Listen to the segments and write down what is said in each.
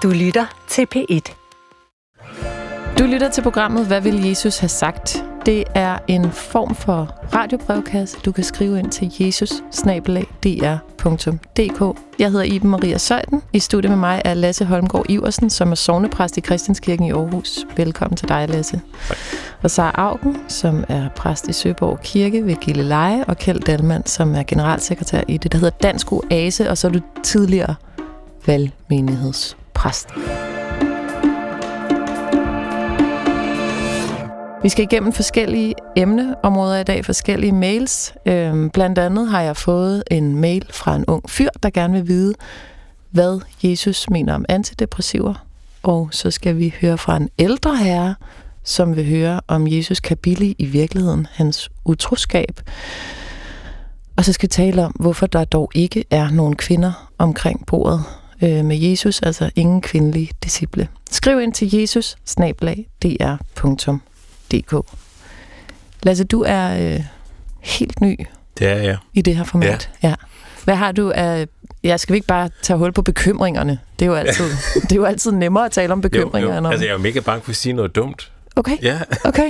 Du lytter til P1. Du lytter til programmet Hvad vil Jesus have sagt? Det er en form for radiobrevkasse. Du kan skrive ind til jesus@dr.dk. Jeg hedder Iben Maria Søjden. I studiet med mig er Lasse Holmgaard Iversen, som er sognepræst i Christianskirken i Aarhus. Velkommen til dig, Lasse. Tak. Og Sara Augen, som er præst i Søborg Kirke ved Gilleleje, og Kjeld Dalman, som er generalsekretær i det, der hedder Dansk Oase, og så er du tidligere valgmenighedspræst. Vi skal igennem forskellige emneområder i dag, forskellige mails. Blandt andet har jeg fået en mail fra en ung fyr, der gerne vil vide, hvad Jesus mener om antidepressiver. Og så skal vi høre fra en ældre herre, som vil høre, om Jesus kan billige i virkeligheden hans utroskab. Og så skal vi tale om, hvorfor der dog ikke er nogen kvinder omkring bordet med Jesus, altså ingen kvindelige disciple. Skriv ind til jesus@dr.dk. Lasse, du er helt ny. Det er jeg. I det her format. Ja. Hvad har du af... skal vi ikke bare tage hul på bekymringerne? Det er jo altid nemmere at tale om bekymringer. Jo. Altså, jeg er jo mega bange for at sige noget dumt. Okay. Ja. Okay.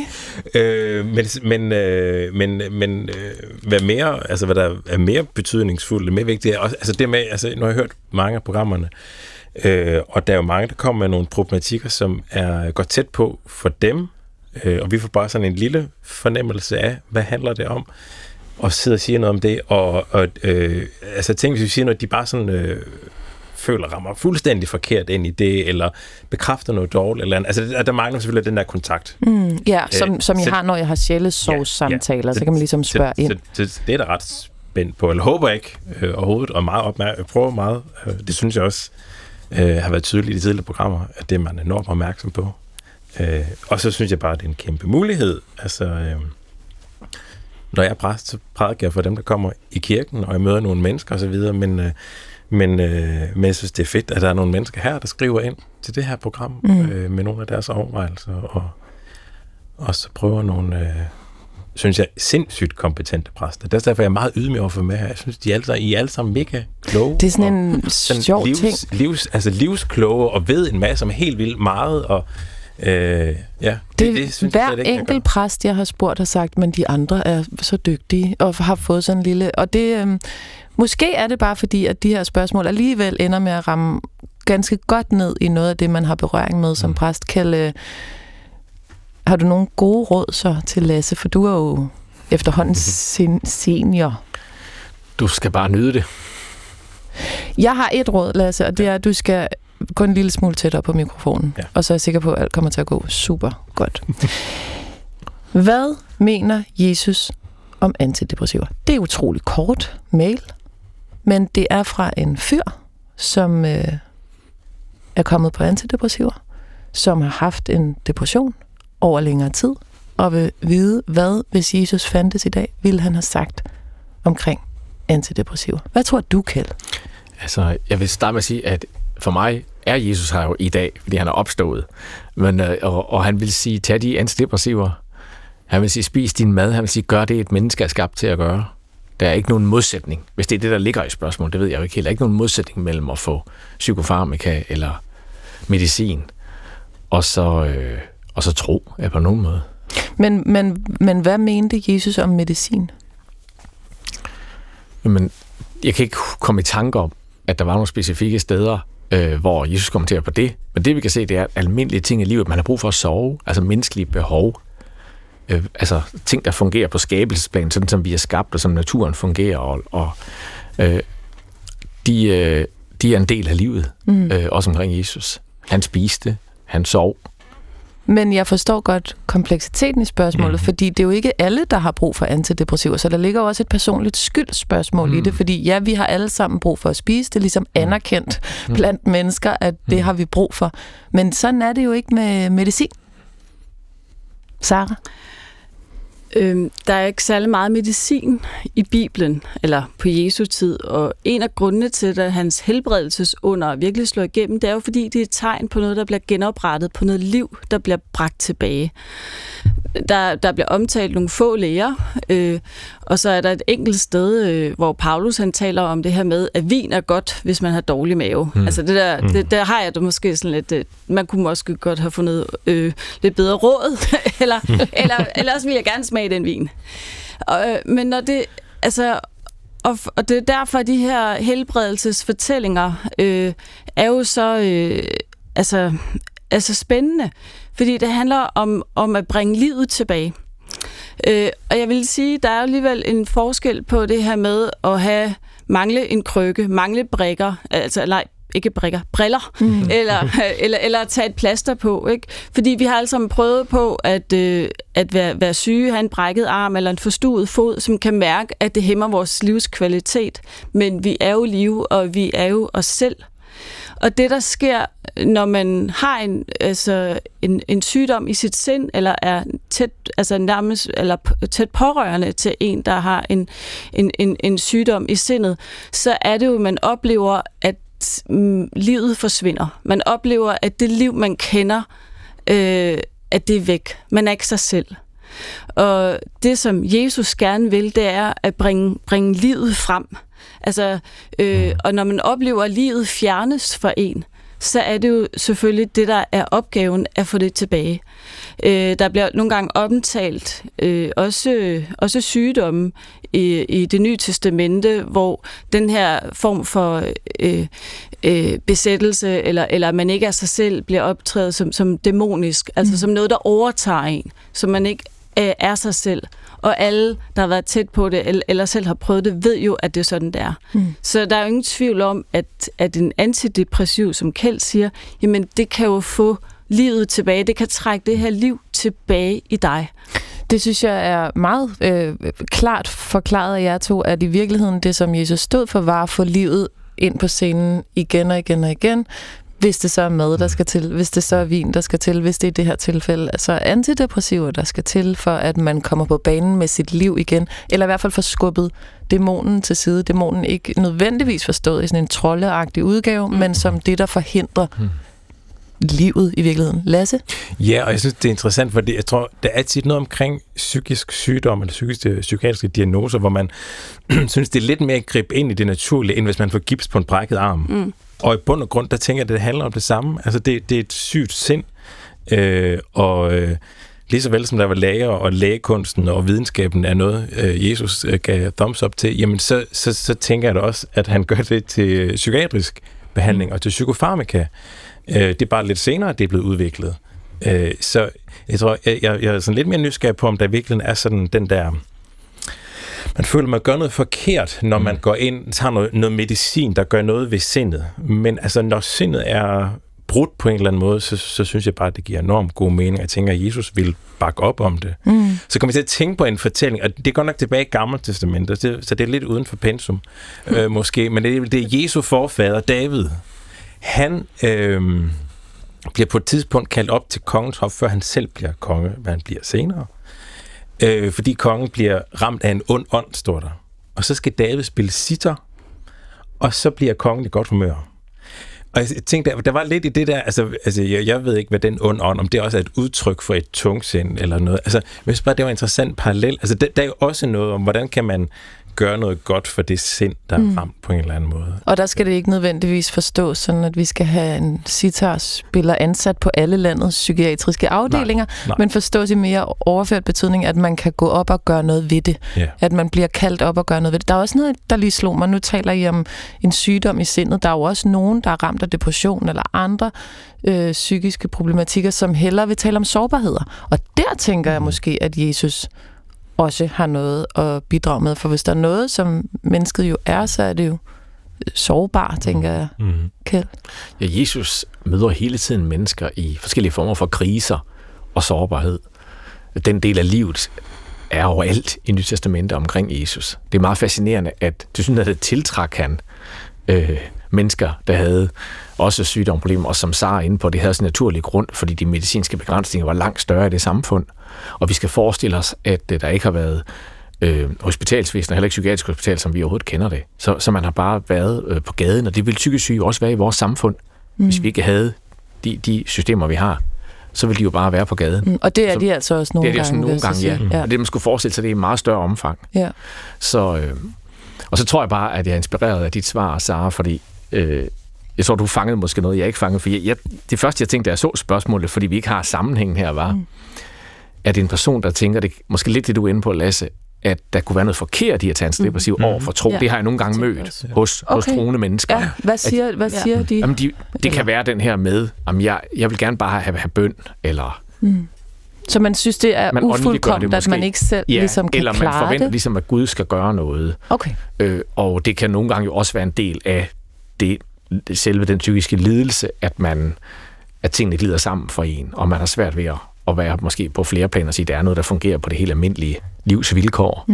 Men hvad mere, altså hvad der er mere betydningsfuldt, mere vigtigt, er også, altså det med, altså nu har jeg hørt mange af programmerne, og der er jo mange, der kommer med nogle problematikker, som går tæt på for dem, og vi får bare sådan en lille fornemmelse af, hvad handler det om, og sidder og siger noget om det, og altså tænk, hvis vi siger noget, de bare sådan føler rammer fuldstændig forkert ind i det, eller bekræfter noget dårligt, eller andet. Altså, der mangler selvfølgelig den der kontakt. Som I har, når jeg har sjælesorgssamtaler, så kan man ligesom spørge ind. Så det er der ret spændt på, eller håber ikke overhovedet, og prøver meget, det synes jeg også har været tydeligt i de tidligere programmer, at det man er enormt opmærksom på. Og så synes jeg bare, at det er en kæmpe mulighed. Altså, når jeg er præst, så prædiker jeg for dem, der kommer i kirken, og jeg møder nogle mennesker osv., men jeg synes, det er fedt, at der er nogle mennesker her, der skriver ind til det her program med nogle af deres overvejelser, og så prøver nogle, synes jeg, sindssygt kompetente præster. Det er derfor, jeg er meget ydmyg overfor med her. Jeg synes, I er alle sammen mega kloge. Det er sådan en sjov ting. Livskloge, og ved en masse om helt vildt meget, og det synes hver jeg ikke, enkelt præst, jeg har spurgt, har sagt, men de andre er så dygtige, og har fået sådan en lille... Og det... Måske er det bare fordi, at de her spørgsmål alligevel ender med at ramme ganske godt ned i noget af det, man har berøring med som præst. Kjeld, har du nogle gode råd så til Lasse? For du er jo efterhånden senior. Du skal bare nyde det. Jeg har et råd, Lasse, og det er, at du skal gå en lille smule tættere på mikrofonen. Ja. Og så er jeg sikker på, at alt kommer til at gå super godt. Hvad mener Jesus om antidepressiver? Det er utroligt kort mail, men det er fra en fyr, som er kommet på antidepressiver, som har haft en depression over længere tid, og vil vide, hvad hvis Jesus fandtes i dag, ville han have sagt omkring antidepressiver. Hvad tror du, Kjeld? Altså, jeg vil starte med at sige, at for mig er Jesus her jo i dag, fordi han er opstået. Men, og han vil sige, tag de antidepressiver. Han vil sige, spis din mad. Han vil sige, gør det, et menneske er skabt til at gøre. Der er ikke nogen modsætning. Hvis det er det, der ligger i spørgsmålet, det ved jeg jo ikke helt. Der er ikke nogen modsætning mellem at få psykofarmaka eller medicin, og så tro på nogen måde. Men hvad mente Jesus om medicin? Men jeg kan ikke komme i tanke om, at der var nogle specifikke steder, hvor Jesus kommenterer på det. Men det vi kan se, det er almindelige ting i livet. Man har brug for at sove, altså menneskelige behov. Altså ting, der fungerer på skabelsesplan, sådan som vi er skabt, og som naturen fungerer, og de er en del af livet, også omkring Jesus. Han spiste, han sov. Men jeg forstår godt kompleksiteten i spørgsmålet, fordi det er jo ikke alle, der har brug for antidepressiver, så der ligger jo også et personligt skyldspørgsmål i det, fordi ja, vi har alle sammen brug for at spise, det er ligesom anerkendt blandt mennesker, at det har vi brug for. Men sådan er det jo ikke med medicin. Sara? Der er ikke særlig meget medicin i Bibelen, eller på Jesu tid, og en af grundene til, at hans helbredelsesunder virkelig slår igennem, det er jo fordi, det er et tegn på noget, der bliver genoprettet, på noget liv, der bliver bragt tilbage. Der bliver omtalt nogle få læger, og så er der et enkelt sted, hvor Paulus han taler om det her med, at vin er godt, hvis man har dårlig mave. Altså det der har jeg det måske sådan lidt, man kunne måske godt have fundet lidt bedre råd, eller også vil jeg gerne smage den vin. Men når det, altså, og det er derfor, at de her helbredelsesfortællinger er jo så altså spændende, fordi det handler om at bringe livet tilbage. Og jeg vil sige, der er alligevel en forskel på det her med at mangle en krykke, mangle brikker, altså nej, ikke brikker, briller, eller at tage et plaster på, ikke? Fordi vi har alle sammen prøvet på at være syge, have en brækket arm eller en forstuet fod, som kan mærke, at det hæmmer vores livskvalitet. Men vi er jo liv, og vi er jo os selv. Og det, der sker, når man har en sygdom i sit sind, eller er tæt, altså nærmest, eller tæt pårørende til en, der har en sygdom i sindet, så er det jo, man oplever, at livet forsvinder. Man oplever, at det liv, man kender, at det er væk. Man er ikke sig selv. Og det, som Jesus gerne vil, det er at bringe livet frem. Altså, og når man oplever, at livet fjernes fra en, så er det jo selvfølgelig det, der er opgaven, at få det tilbage. Der bliver nogle gange omtalt også sygdomme i Det Nye Testamente, hvor den her form for besættelse, eller man ikke er sig selv, bliver optrædet som dæmonisk, altså som noget, der overtager en, som man ikke er sig selv. Og alle, der har været tæt på det, eller selv har prøvet det, ved jo, at det er sådan, det er. Så der er jo ingen tvivl om, at en antidepressiv, som Kjeld siger, jamen det kan jo få livet tilbage. Det kan trække det her liv tilbage i dig. Det synes jeg er meget klart forklaret af jer to, at i virkeligheden det, som Jesus stod for, var at få livet ind på scenen igen og igen og igen. Hvis det så er mad, der skal til, hvis det så er vin, der skal til, hvis det er i det her tilfælde. Altså antidepressiver, der skal til, for at man kommer på banen med sit liv igen, eller i hvert fald får skubbet dæmonen til side. Dæmonen ikke nødvendigvis forstået i sådan en troldeagtig udgave, men som det, der forhindrer livet i virkeligheden. Lasse? Ja, og jeg synes, det er interessant, fordi jeg tror, der er tit noget omkring psykisk sygdom eller psykiatriske diagnoser, hvor man synes, det er lidt mere at gribe ind i det naturlige, end hvis man får gips på en brækket arm. Og i bund og grund, der tænker jeg, at det handler om det samme. Altså, det er et sygt sind, lige så vel som der var læger og lægekunsten og videnskaben er noget, Jesus gav thumbs up til, jamen så tænker jeg da også, at han gør det til psykiatrisk behandling og til psykofarmaka. Det er bare lidt senere, det er blevet udviklet. Så jeg tror, jeg er sådan lidt mere nysgerrig på, om der virkelig er sådan den der... Man føler, man gør noget forkert, når man går ind, tager noget medicin, der gør noget ved sindet. Men altså, når sindet er brudt på en eller anden måde, så synes jeg bare, at det giver enormt god mening. Jeg tænker, at Jesus vil bakke op om det. Så kommer vi til at tænke på en fortælling, og det går nok tilbage i Gamle Testamentet, så det er lidt uden for pensum, måske. Men det er Jesu forfader, David. Han bliver på et tidspunkt kaldt op til kongens hof, før han selv bliver konge, hvad han bliver senere. Fordi kongen bliver ramt af en ond ånd, står der. Og så skal David spille sitar, og så bliver kongen i godt humør. Og jeg tænkte, der var lidt i det der, altså jeg ved ikke, hvad den ond ånd, om det også er et udtryk for et tungsind eller noget. Altså, jeg synes bare, det var en interessant parallel. Altså, der er jo også noget om, hvordan kan man gøre noget godt for det sind, der er ramt på en eller anden måde. Og der skal det ikke nødvendigvis forstås sådan, at vi skal have en sitarspiller ansat på alle landets psykiatriske afdelinger, nej. Men forstås i mere overført betydning, at man kan gå op og gøre noget ved det. Yeah. At man bliver kaldt op og gøre noget ved det. Der er også noget, der lige slog mig. Nu taler I om en sygdom i sindet. Der er jo også nogen, der er ramt af depression eller andre psykiske problematikker, som hellere vil tale om sårbarheder. Og der tænker jeg måske, at Jesus også har noget at bidrage med. For hvis der er noget, som mennesket jo er, så er det jo sårbar, tænker jeg. Kjeld? Ja, Jesus møder hele tiden mennesker i forskellige former for kriser og sårbarhed. Den del af livet er overalt i Nyt Testamentet omkring Jesus. Det er meget fascinerende, at det synes, at det tiltræk han mennesker, der havde også sygdomsproblemer, og som Sara inde på, det havde sådan en naturlig grund, fordi de medicinske begrænsninger var langt større i det samfund. Og vi skal forestille os, at der ikke har været hospitalsvæsen, og heller ikke psykiatrisk hospital, som vi overhovedet kender det. Så man har bare været på gaden, og det vil psykisk syge også være i vores samfund, hvis vi ikke havde de systemer, vi har. Så vil de jo bare være på gaden. Og det er de altså også nogle gange. Det er de også nogle gange, ja. Og det, man skulle forestille sig, det er i meget større omfang. Ja. Og så tror jeg bare, at jeg er inspireret af dit svar, Sara, fordi jeg tror, du fangede måske noget, jeg ikke fangede. For det første, jeg tænkte, da jeg så spørgsmålet, fordi vi ikke har sammenhængen her, var, at en person, der tænker, det måske lidt det, du er inde på, Lasse, at der kunne være noget forkert i at tage antidepressiv over for tro. Ja. Det har jeg nogle gange mødt hos troende mennesker. Ja. Hvad siger de? Jamen, det kan være den her med, at jeg vil gerne bare have bøn, eller... Så man synes, det er ufuldkomment, at man ikke selv ligesom kan klare det? Eller man forventer ligesom, at Gud skal gøre noget. Okay. Og det kan nogle gange jo også være en del af selve den psykiske lidelse, at tingene glider sammen for en, og man har svært ved at være måske på flere planer og sige, at det er noget, der fungerer på det helt almindelige livs vilkår.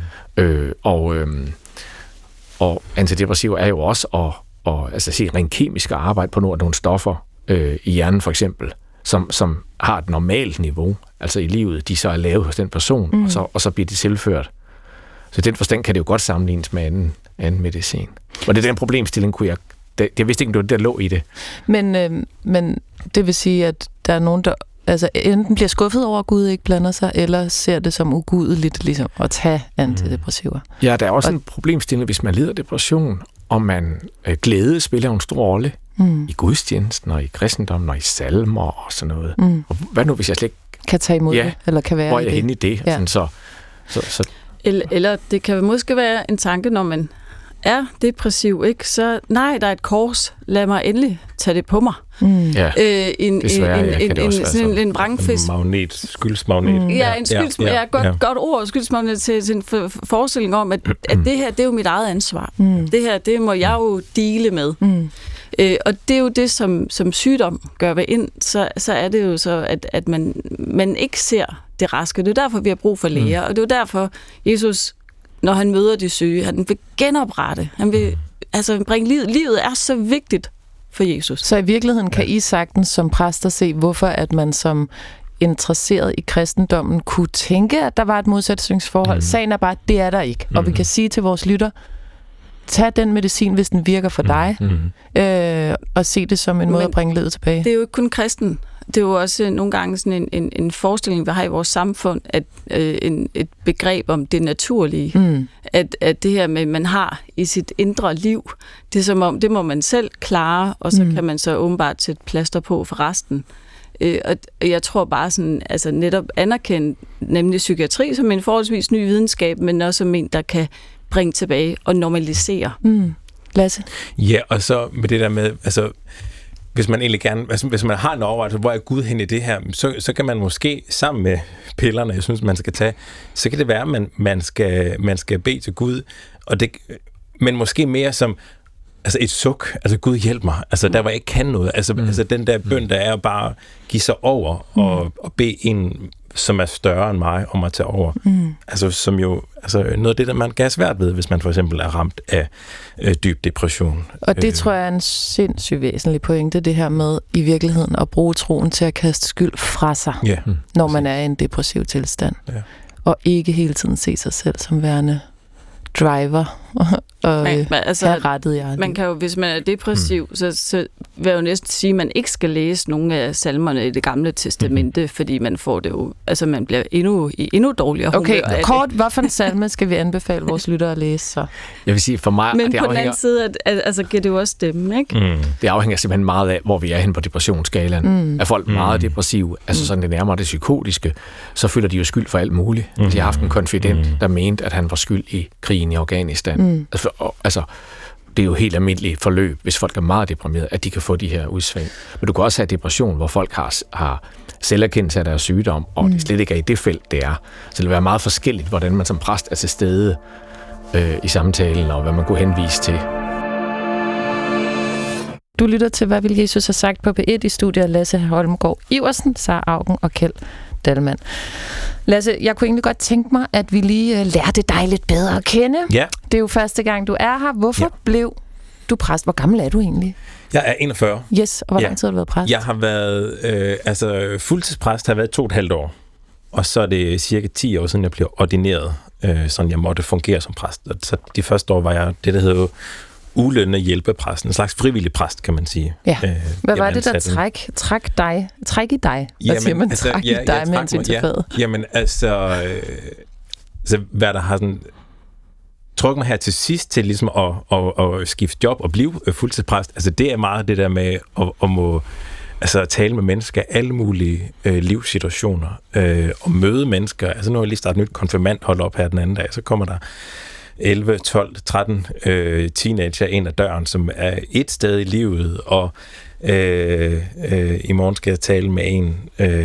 Og antidepressiv er jo også at se rent kemisk arbejde på nogle stoffer i hjernen for eksempel, som har et normalt niveau, altså i livet, de så er lavet hos den person, og så bliver de tilført. Så i den forstand kan det jo godt sammenlignes med anden medicin. Og det er den problemstilling, jeg vidste ikke, om det var det, der lå i det. Men det vil sige, at der er nogen, der altså enten bliver skuffet over, at Gud ikke blander sig, eller ser det som ugudeligt ligesom at tage antidepressiver. Ja, der er også en problemstilling, hvis man lider af depression, og man glæde spiller en stor rolle i gudstjenesten, og i kristendommen, og i salmer og sådan noget. Og hvad nu, hvis jeg slet ikke kan tage imod det, eller kan være hvor er jeg henne i det? Ja. Sådan, så. Eller det kan måske være en tanke, når man er depressiv, ikke? Så nej, der er et kors. Lad mig endelig tage det på mig. Ja, en vrangfisk. Skyldsmagnet. Ja, en godt ord, skyldsmagnet til en forestilling om, at det her, det er jo mit eget ansvar. Det her, det må jeg jo dele med. Og det er jo det, som sygdom gør ved ind, så er det jo så, at man ikke ser det raske. Det er derfor, vi har brug for læger, og det er derfor, Jesus, når han møder de syge, han vil genoprette. Han vil bringe livet. Livet er så vigtigt for Jesus. Så i virkeligheden kan I sagtens som præster se, hvorfor at man som interesseret i kristendommen kunne tænke, at der var et modsætningsforhold. Sagen er bare, det er der ikke. Og vi kan sige til vores lytter, tag den medicin, hvis den virker for dig, og se det som en måde at bringe livet tilbage. Det er jo ikke kun kristen. Det er jo også nogle gange sådan en forestilling, vi har i vores samfund, at et begreb om det naturlige, at det her med, man har i sit indre liv, det er som om, det må man selv klare, og så kan man så åbenbart sætte plaster på for resten. Og jeg tror bare sådan, altså netop anerkende, nemlig psykiatri som en forholdsvis ny videnskab, men også som en, der kan bringe tilbage og normalisere. Lasse? Ja, og så med det der med, altså hvis man egentlig gerne, hvis man har en overvejelse, hvor er Gud hen i det her, så kan man måske sammen med pillerne, jeg synes, man skal tage, så kan det være, at man skal bede til Gud, og det, men måske mere som altså et suk, altså Gud hjælp mig, altså der hvor jeg ikke kan noget, altså den der bøn, der er bare give sig over og bede en, som er større end mig, om at tage over. Altså som jo, altså noget af det, der man kan have svært ved, hvis man for eksempel er ramt af dyb depression. Og det tror jeg er en sindssygt væsentlig pointe, det her med i virkeligheden at bruge troen til at kaste skyld fra sig, når man er i en depressiv tilstand. Ja. Og ikke hele tiden se sig selv som værende driver og have rettet hjertet. Man kan jo, hvis man er depressiv, så vil jeg jo næsten sige, at man ikke skal læse nogle af salmerne i Det Gamle Testamente, fordi man får det jo, altså man bliver endnu dårligere humør. Okay, kort, hvorfor en salme skal vi anbefale vores lyttere at læse så? Jeg vil sige, for mig... Men på den anden side, altså giver det jo også stemme, ikke? Det afhænger simpelthen meget af, hvor vi er henne på depressionsskalaen. Er folk meget depressive, altså sådan det nærmere det psykotiske, så føler de jo skyld for alt muligt. Jeg har haft en konfident, der mente, at han var skyld i krigen i Afghanistan. Altså, det er jo helt almindeligt forløb, hvis folk er meget deprimerede, at de kan få de her udsving. Men du kan også have depression, hvor folk har selverkendelse af deres sygdom, og det slet ikke er i det felt, det er. Så det vil være meget forskelligt, hvordan man som præst er til stede i samtalen, og hvad man kunne henvise til. Du lytter til, hvad vil Jesus have sagt på P1 i studiet Lasse Holmgaard Iversen, Sara Auken og Kjeld Dallemann. Lasse, jeg kunne egentlig godt tænke mig, at vi lige lærte dig lidt bedre at kende. Ja. Det er jo første gang, du er her. Hvorfor blev du er præst. Hvor gammel er du egentlig? Jeg er 41. Yes, og hvor lang tid har du været præst? Jeg har været fuldtidspræst, har været 2,5 år. Og så er det cirka 10 år siden, jeg blev ordineret, sådan jeg måtte fungere som præst. Så de første år var jeg det, der hedder ulønnet hjælpepræst. En slags frivillig præst, kan man sige. Ja. Hvad var det, der træk i dig? Hvad siger man? Træk i dig med hensyn til faget? Jamen, hvad der har sådan trukket mig her til sidst til ligesom at skifte job og blive fuldtidspræst, altså det er meget det der med at må tale med mennesker, alle mulige livssituationer, og møde mennesker. Altså nu har jeg lige startet nyt konfirmandhold op her den anden dag, så kommer der 11, 12, 13 teenager ind ad døren, som er et sted i livet, og i morgen skal jeg tale med en,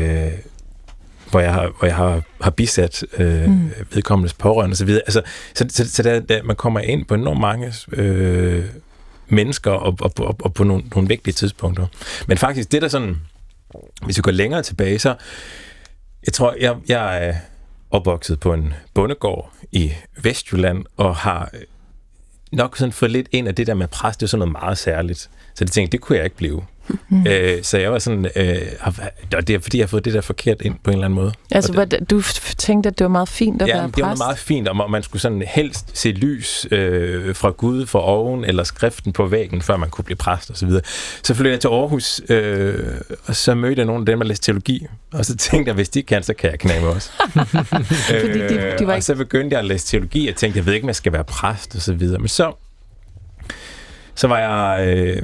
hvor jeg har bisat vedkommendes pårørende og så videre. Altså, så der, man kommer ind på enormt mange mennesker og på nogle vigtige tidspunkter. Men faktisk, det der sådan, hvis vi går længere tilbage, så jeg tror, jeg er opvokset på en bondegård i Vestjylland, og har nok sådan fået lidt ind af det der med præst, det er sådan noget meget særligt. Så jeg tænkte, det kunne jeg ikke blive. Så jeg var sådan, og det er fordi, jeg har fået det der forkert ind på en eller anden måde. Altså, du tænkte, at det var meget fint at være præst? Ja, det var meget fint, og man skulle sådan helst se lys fra Gud for oven, eller skriften på væggen, før man kunne blive præst og så videre. Så flyttede jeg til Aarhus, og så mødte jeg nogle af dem, der læste teologi, og så tænkte jeg, hvis de kan, så kan jeg knæme også. Fordi de var og så begyndte jeg at læse teologi, og tænkte, jeg ved ikke, om jeg skal være præst og så videre. Men så var jeg...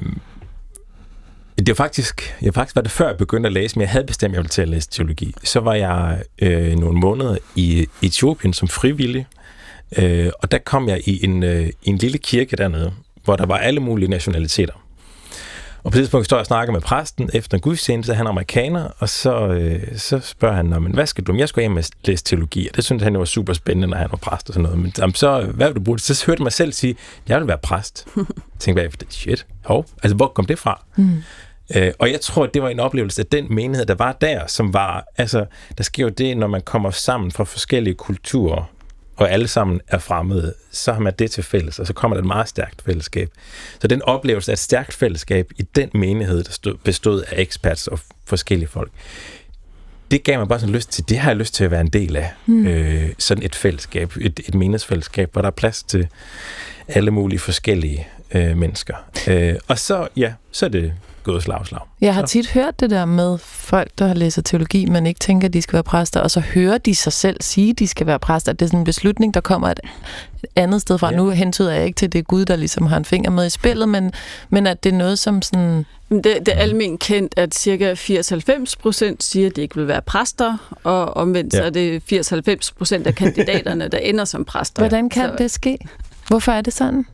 Det var faktisk var det før jeg begyndte at læse, men jeg havde bestemt, at jeg ville til at læse teologi. Så var jeg nogle måneder i Etiopien som frivillig, og der kom jeg i en lille kirke dernede, hvor der var alle mulige nationaliteter. Og på det tidspunkt står jeg og snakker med præsten efter en gudstjeneste, han er amerikaner, og så spørger han, men hvad skal du? Jeg skulle hjem og læse teologi, og det synes han var super spændende, når han var præst og sådan noget. Men så, hvad vil du bruge det? Så hørte jeg mig selv sige, jeg vil være præst. Jeg tænkte, shit, altså hvor kom det fra? Og jeg tror, det var en oplevelse af den menighed, der var der, som var, altså, der sker jo det, når man kommer sammen fra forskellige kulturer, og alle sammen er fremmede, så har man det til fælles, og så kommer der et meget stærkt fællesskab. Så den oplevelse af et stærkt fællesskab i den menighed, der bestod af experts og forskellige folk, det gav mig bare sådan lyst til, det har jeg lyst til at være en del af. Sådan et fællesskab, et menighedsfællesskab, hvor der er plads til alle mulige forskellige mennesker. Og så er det gået slag. Jeg har tit hørt det der med folk, der har læst teologi, men ikke tænker, at de skal være præster, og så hører de sig selv sige, at de skal være præster. At det er sådan en beslutning, der kommer et andet sted fra. Ja. Nu hentyder jeg ikke til, det er Gud, der ligesom har en finger med i spillet, men at det er noget som sådan... Det er almen kendt, at cirka 80-90% siger, at de ikke vil være præster, og omvendt så er det 80-90% af kandidaterne, der ender som præster. Hvordan kan det ske? Hvorfor er det sådan?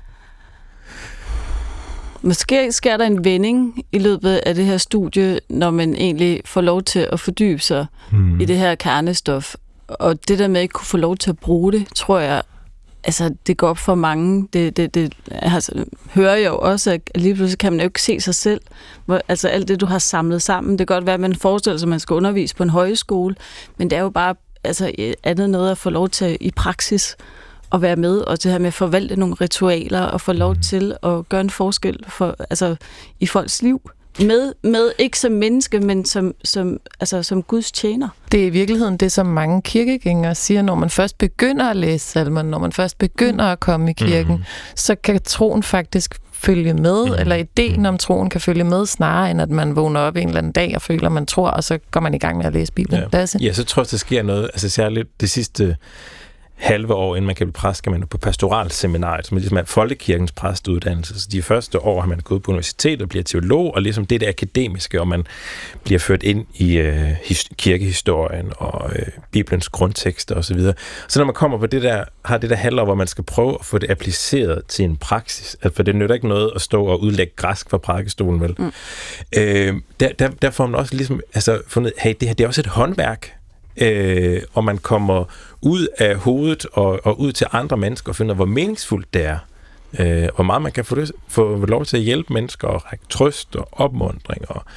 Måske sker der en vending i løbet af det her studie, når man egentlig får lov til at fordybe sig i det her kernestof. Og det der med at ikke kunne få lov til at bruge det, tror jeg, altså det går op for mange. Det hører jeg jo også, at lige pludselig kan man jo ikke se sig selv. Altså alt det, du har samlet sammen. Det kan godt være, at man forestiller sig, at man skal undervise på en højskole, men det er jo bare andet noget at få lov til i praksis at være med, og det her med at forvalte nogle ritualer, og få lov til at gøre en forskel i folks liv. Med ikke som menneske, men som Guds tjener. Det er i virkeligheden det, som mange kirkegængere siger, når man først begynder at læse salmerne, når man først begynder at komme i kirken, så kan troen faktisk følge med, eller ideen om troen kan følge med, snarere end at man vågner op en eller anden dag og føler, at man tror, og så går man i gang med at læse Bibelen. Ja, så tror jeg, der sker noget, altså særligt det sidste halve år, inden man kan blive præst, skal man på pastoralseminariet, som ligesom er folkekirkens præstuddannelse. Så de første år har man gået på universitetet og bliver teolog, og ligesom det akademiske, og man bliver ført ind i kirkehistorien og Bibelens grundtekster osv. Så når man kommer på det der, har det der halvår, hvor man skal prøve at få det appliceret til en praksis, for det nytter ikke noget at stå og udlægge græsk fra prædikestolen, vel? Der får man også ligesom fundet, hey, det her det er også et håndværk, og man kommer ud af hovedet og ud til andre mennesker og finder, hvor meningsfuldt det er. Hvor meget man kan få lov til at hjælpe mennesker og række trøst og opmuntring og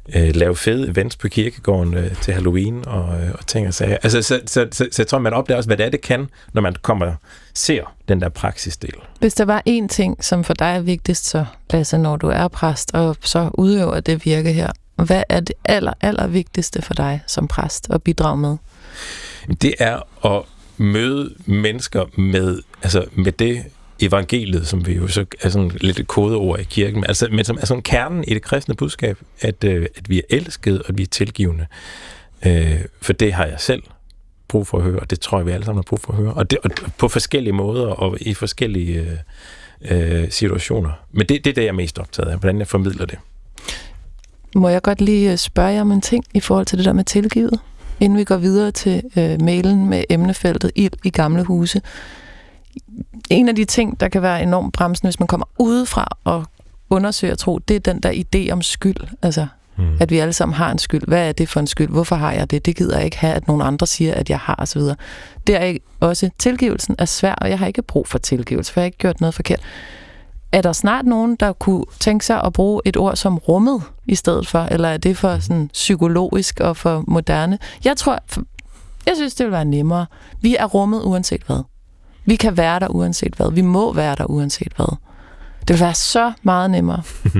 lave fede events på kirkegården til Halloween og ting og sager. Altså, så jeg tror, man opdager også, hvad det kan, når man ser den der praksisdel. Hvis der var én ting, som for dig er vigtigst, så Lasse, når du er præst, og så udøver det virke her, hvad er det aller vigtigste for dig som præst at bidrage med? Det er at møde mennesker med det evangeliet, som vi jo så er sådan lidt et kodeord i kirken, men som er sådan kernen i det kristne budskab, at vi er elskede, og at vi er tilgivende. For det har jeg selv brug for at høre, og det tror jeg, vi alle sammen har brug for at høre. Og på forskellige måder, og i forskellige situationer. Men det er det, jeg er mest optaget af, hvordan jeg formidler det. Må jeg godt lige spørge jer om en ting i forhold til det der med tilgivet, inden vi går videre til mailen med emnefeltet ild i gamle huse. En af de ting, der kan være enormt bremsende, hvis man kommer udefra og undersøger tro, det er den der idé om skyld. Altså, at vi alle sammen har en skyld. Hvad er det for en skyld? Hvorfor har jeg det? Det gider jeg ikke have, at nogen andre siger, at jeg har, osv. Det er også, tilgivelsen er svær, og jeg har ikke brug for tilgivelse, for jeg har ikke gjort noget forkert. Er der snart nogen, der kunne tænke sig at bruge et ord som rummet i stedet for, eller er det for sådan psykologisk og for moderne? Jeg synes, det vil være nemmere. Vi er rummet uanset hvad. Vi kan være der uanset hvad. Vi må være der uanset hvad. Det vil være så meget nemmere.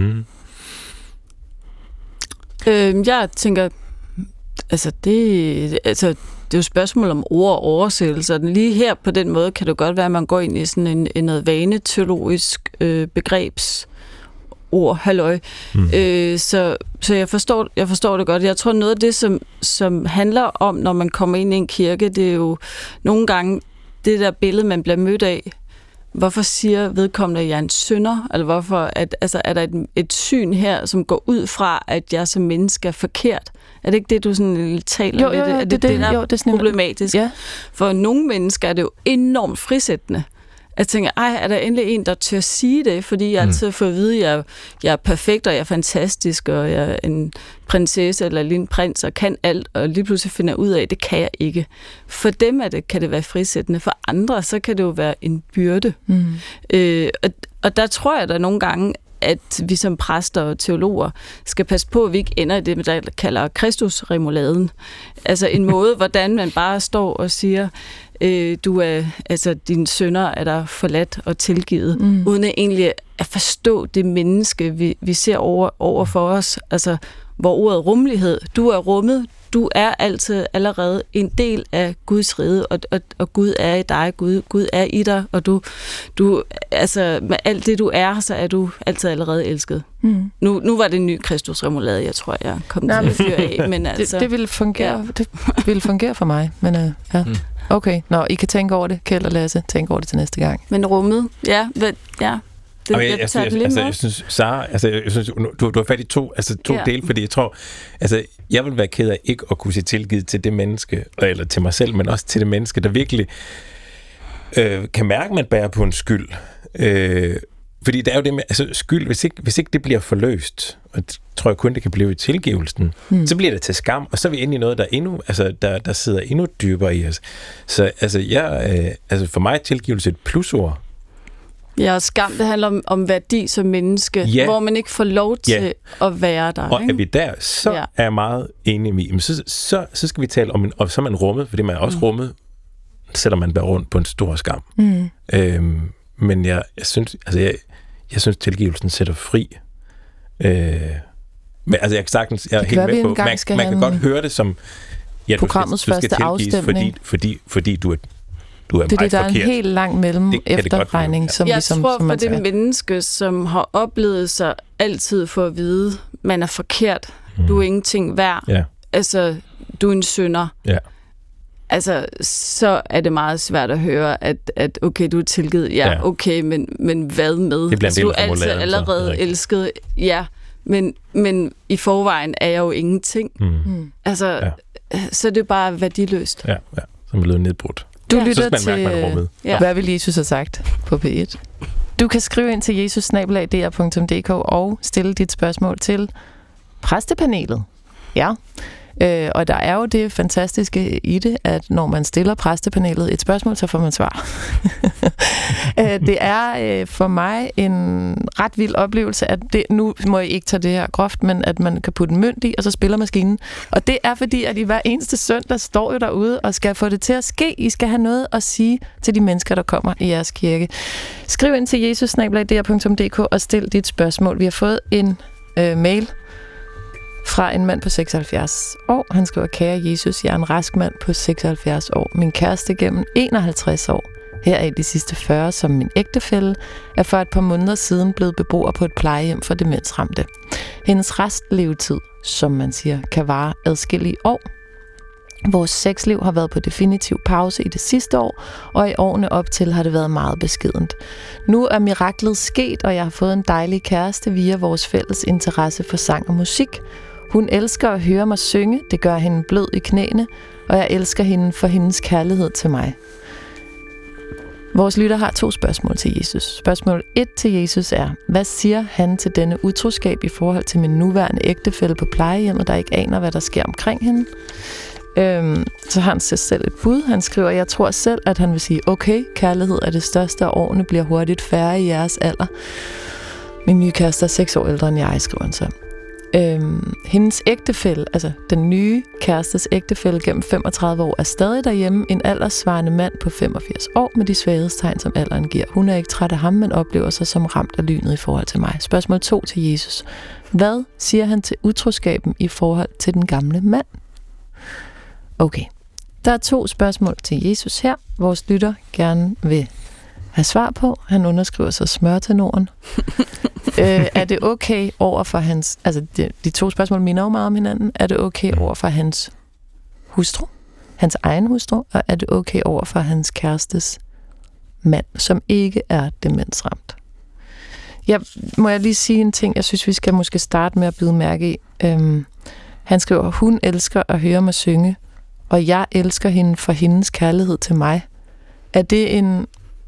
Jeg tænker, det er jo et spørgsmål om ord og oversættelser. Lige her på den måde kan det godt være, at man går ind i sådan en noget vaneteologisk begrebsord, halløj. Så jeg forstår det godt. Jeg tror, noget af det, som handler om, når man kommer ind i en kirke, det er jo nogle gange det der billede, man bliver mødt af. Hvorfor siger vedkommende, at jeg er en synder? Eller hvorfor er der et syn her, som går ud fra, at jeg som menneske er forkert? Er det ikke det, du sådan taler lidt? Er det der er problematisk? Ja. For nogle mennesker er det jo enormt frisættende. Jeg tænker, er der endelig en, der tør sige det? Fordi jeg altid får at vide, at jeg er perfekt, og jeg er fantastisk, og jeg er en prinsesse eller en prins, og kan alt, og lige pludselig finder ud af, at det kan jeg ikke. For dem kan det være frisættende. For andre, så kan det jo være en byrde. Og der tror jeg, der nogle gange, at vi som præster og teologer skal passe på, at vi ikke ender i det, der kalder Kristusremoladen. Altså en måde, hvordan man bare står og siger, dine synder er der forladt og tilgivet, uden at egentlig at forstå det menneske, vi ser over for os. Altså, hvor ordet rummelighed, du er rummet, du er altid allerede en del af Guds rige, og Gud er i dig, Gud er i dig, og du med alt det du er, så er du altid allerede elsket. Nu var det en ny Kristusremolade, jeg tror, jeg kom til at fyre af. Men det ville fungere. Ja. Det ville fungere for mig, men ja. Okay, I kan tænke over det, Kjeld og Lasse, tænk over det til næste gang. Men rummet, ja. Jeg synes, Sara, du har fat i to dele, fordi jeg tror, jeg vil være ked af ikke at kunne sige tilgivet til det menneske, eller til mig selv, men også til det menneske, der virkelig kan mærke, at man bærer på en skyld. Fordi det er jo det med, skyld, hvis ikke det bliver forløst, og det tror jeg kun, det kan blive i tilgivelsen, så bliver det til skam, og så er vi inde i noget, der sidder endnu dybere i os. Så for mig er tilgivelse et plusord. Ja, skam, det handler om værdi som menneske, hvor man ikke får lov til at være der. Og er vi der, så er jeg meget enig med. Men så skal vi tale om, så er man rummet, fordi man er også rummet, selvom man bærer rundt på en stor skam. Men jeg synes, tilgivelsen sætter fri. Men jeg kan sagtens, jeg er helt med på, man kan godt høre det som, programmets første afstemning. Fordi du er der er en helt lang mellem efterregning, som jeg tror, for det menneske, som har oplevet sig altid for at vide, man er forkert, du er ingenting værd, du er en synder, så er det meget svært at høre, at okay, du er tilgivet, okay, men hvad med? Du er altid allerede elsket, men i forvejen er jeg jo ingenting. Så det er bare værdiløst. Ja, som er blevet nedbrudt. Du lytter til, hvad vil Jesus have sagt på P1. Du kan skrive ind til jesus@dr.dk og stille dit spørgsmål til præstepanelet. Ja. Og der er jo det fantastiske i det, at når man stiller præstepanelet et spørgsmål, så får man svar. Det er for mig en ret vild oplevelse, at det, nu må jeg ikke tage det her groft, men at man kan putte en mønt i, og så spiller maskinen. Og det er fordi, at I hver eneste søndag står jo derude og skal få det til at ske. I skal have noget at sige til de mennesker, der kommer i jeres kirke. Skriv ind til jesus@dr.dk og stil dit spørgsmål. Vi har fået en mail fra en mand på 76 år. Han skriver: Kære Jesus, jeg er en rask mand på 76 år. Min kæreste gennem 51 år. Her er de sidste 40 som min ægtefælle, er for et par måneder siden blevet beboer på et plejehjem for demensramte. Hendes restlevetid, som man siger, kan vare adskillige år. Vores sexliv har været på definitiv pause i det sidste år, og i årene op til har det været meget beskedent. Nu er miraklet sket, og jeg har fået en dejlig kæreste via vores fælles interesse for sang og musik. Hun elsker at høre mig synge, det gør hende blød i knæene, og jeg elsker hende for hendes kærlighed til mig. Vores lytter har 2 spørgsmål til Jesus. Spørgsmål 1 til Jesus er: hvad siger han til denne utroskab i forhold til min nuværende ægtefælle på plejehjemmet, der ikke aner, hvad der sker omkring hende? Så har han selv et bud. Han skriver: jeg tror selv, at han vil sige, okay, kærlighed er det største, og årene bliver hurtigt færre i jeres alder. Min nye kæreste er 6 år ældre end jeg, skriver han så. Hendes ægtefælle, altså den nye kærestes ægtefælle gennem 35 år, er stadig derhjemme, en alderssvarende mand på 85 år med de svaghedstegn, som alderen giver. Hun er ikke træt af ham, men oplever sig som ramt af lynet i forhold til mig. Spørgsmål 2 til Jesus: hvad siger han til utroskaben i forhold til den gamle mand? Okay, der er 2 spørgsmål til Jesus her, vores lytter gerne vil have svar på. Han underskriver sig smørtenoren. Er det okay over for hans... Altså, de 2 spørgsmål minder jo meget om hinanden. Er det okay over for hans hustru? Hans egen hustru? Og er det okay over for hans kærestes mand, som ikke er demensramt? Må jeg lige sige en ting, jeg synes, vi skal måske starte med at bide mærke i. Han skriver: hun elsker at høre mig synge, og jeg elsker hende for hendes kærlighed til mig. Er det en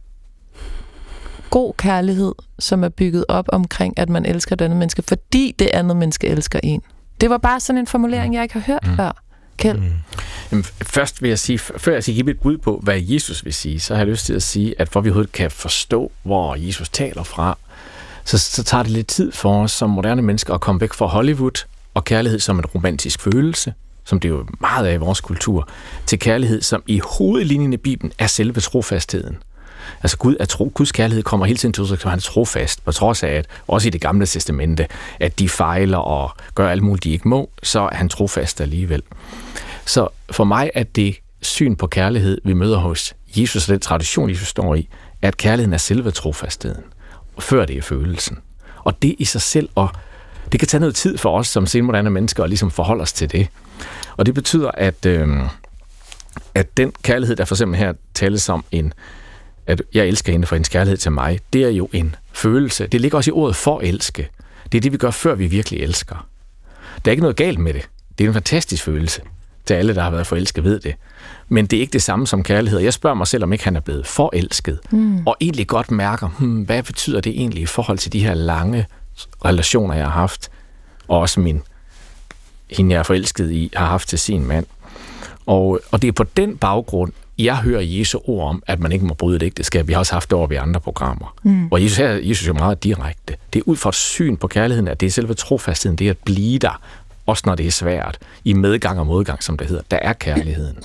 god kærlighed, som er bygget op omkring, at man elsker det andet menneske, fordi det andet menneske elsker en? Det var bare sådan en formulering, jeg ikke har hørt før. Kjeld? Jamen, først vil jeg sige, før jeg skal give et bud på, hvad Jesus vil sige, så har jeg lyst til at sige, at for vi overhovedet kan forstå, hvor Jesus taler fra, så tager det lidt tid for os som moderne mennesker at komme væk fra Hollywood og kærlighed som en romantisk følelse, som det er jo meget af i vores kultur, til kærlighed, som i hovedlinjen i Bibelen er selve trofastheden. Altså Guds kærlighed kommer hele tiden til udtryk, som han er trofast, på trods af, at også i det gamle testamente, at de fejler og gør alt muligt, de ikke må, så er han trofast alligevel. Så for mig er det syn på kærlighed, vi møder hos Jesus, og den tradition, Jesus står i, at kærligheden er selve trofastheden, før det er følelsen. Og det i sig selv, og det kan tage noget tid for os som senmoderne mennesker at ligesom forholde os til det. Og det betyder, at den kærlighed, der for eksempel her tales om at jeg elsker hende for hendes kærlighed til mig, det er jo en følelse. Det ligger også i ordet forelske. Det er det, vi gør, før vi virkelig elsker. Der er ikke noget galt med det. Det er en fantastisk følelse. Til alle, der har været forelsket, ved det. Men det er ikke det samme som kærlighed. Jeg spørger mig selv, om ikke han er blevet forelsket. Og egentlig godt mærker, hvad betyder det egentlig i forhold til de her lange relationer, jeg har haft, og også hende, jeg er forelsket i, har haft til sin mand. Og det er på den baggrund, jeg hører Jesu ord om, at man ikke må bryde et ægteskab. Vi har også haft det over ved andre programmer. Hvor Jesus er meget direkte. Det er ud fra et syn på kærligheden, at det er selve trofastheden, det er at blive der, også når det er svært, i medgang og modgang, som det hedder. Der er kærligheden.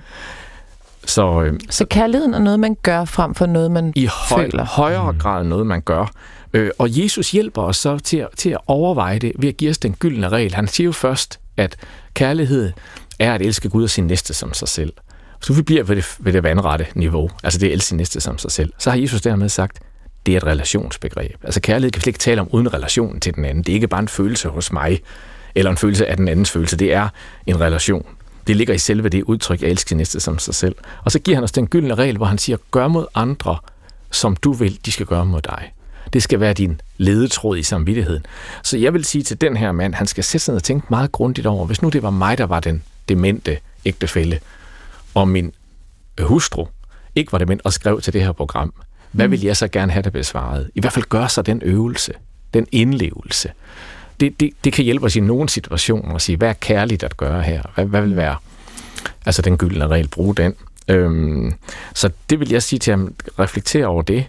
Så kærligheden er noget, man gør, frem for noget, man føler? I højere grad noget, man gør. Og Jesus hjælper os så til at overveje det ved at give os den gyldne regel. Han siger jo først, at kærlighed er at elske Gud og sin næste som sig selv. Så vi bliver ved det vandrette niveau, altså det at elske sin næste som sig selv. Så har Jesus dermed sagt, det er et relationsbegreb. Altså kærlighed kan vi ikke tale om uden relationen til den anden. Det er ikke bare en følelse hos mig, eller en følelse af den andens følelse. Det er en relation. Det ligger i selve det udtryk, at elske sin næste som sig selv. Og så giver han os den gyldne regel, hvor han siger, gør mod andre, som du vil, de skal gøre mod dig. Det skal være din ledetråd i samvittigheden. Så jeg vil sige til den her mand, han skal sætte sig ned og tænke meget grundigt over, hvis nu det var mig, der var den demente ægtefælle, og min hustru ikke var dement og skrev til det her program, hvad vil jeg så gerne have det besvaret? I hvert fald gøre sig den øvelse, den indlevelse. det kan hjælpe os i nogle situationer at sige, hvad er kærligt at gøre her? Hvad vil være altså den gyldne regel, bruge den? Så det vil jeg sige til ham, reflektere over det.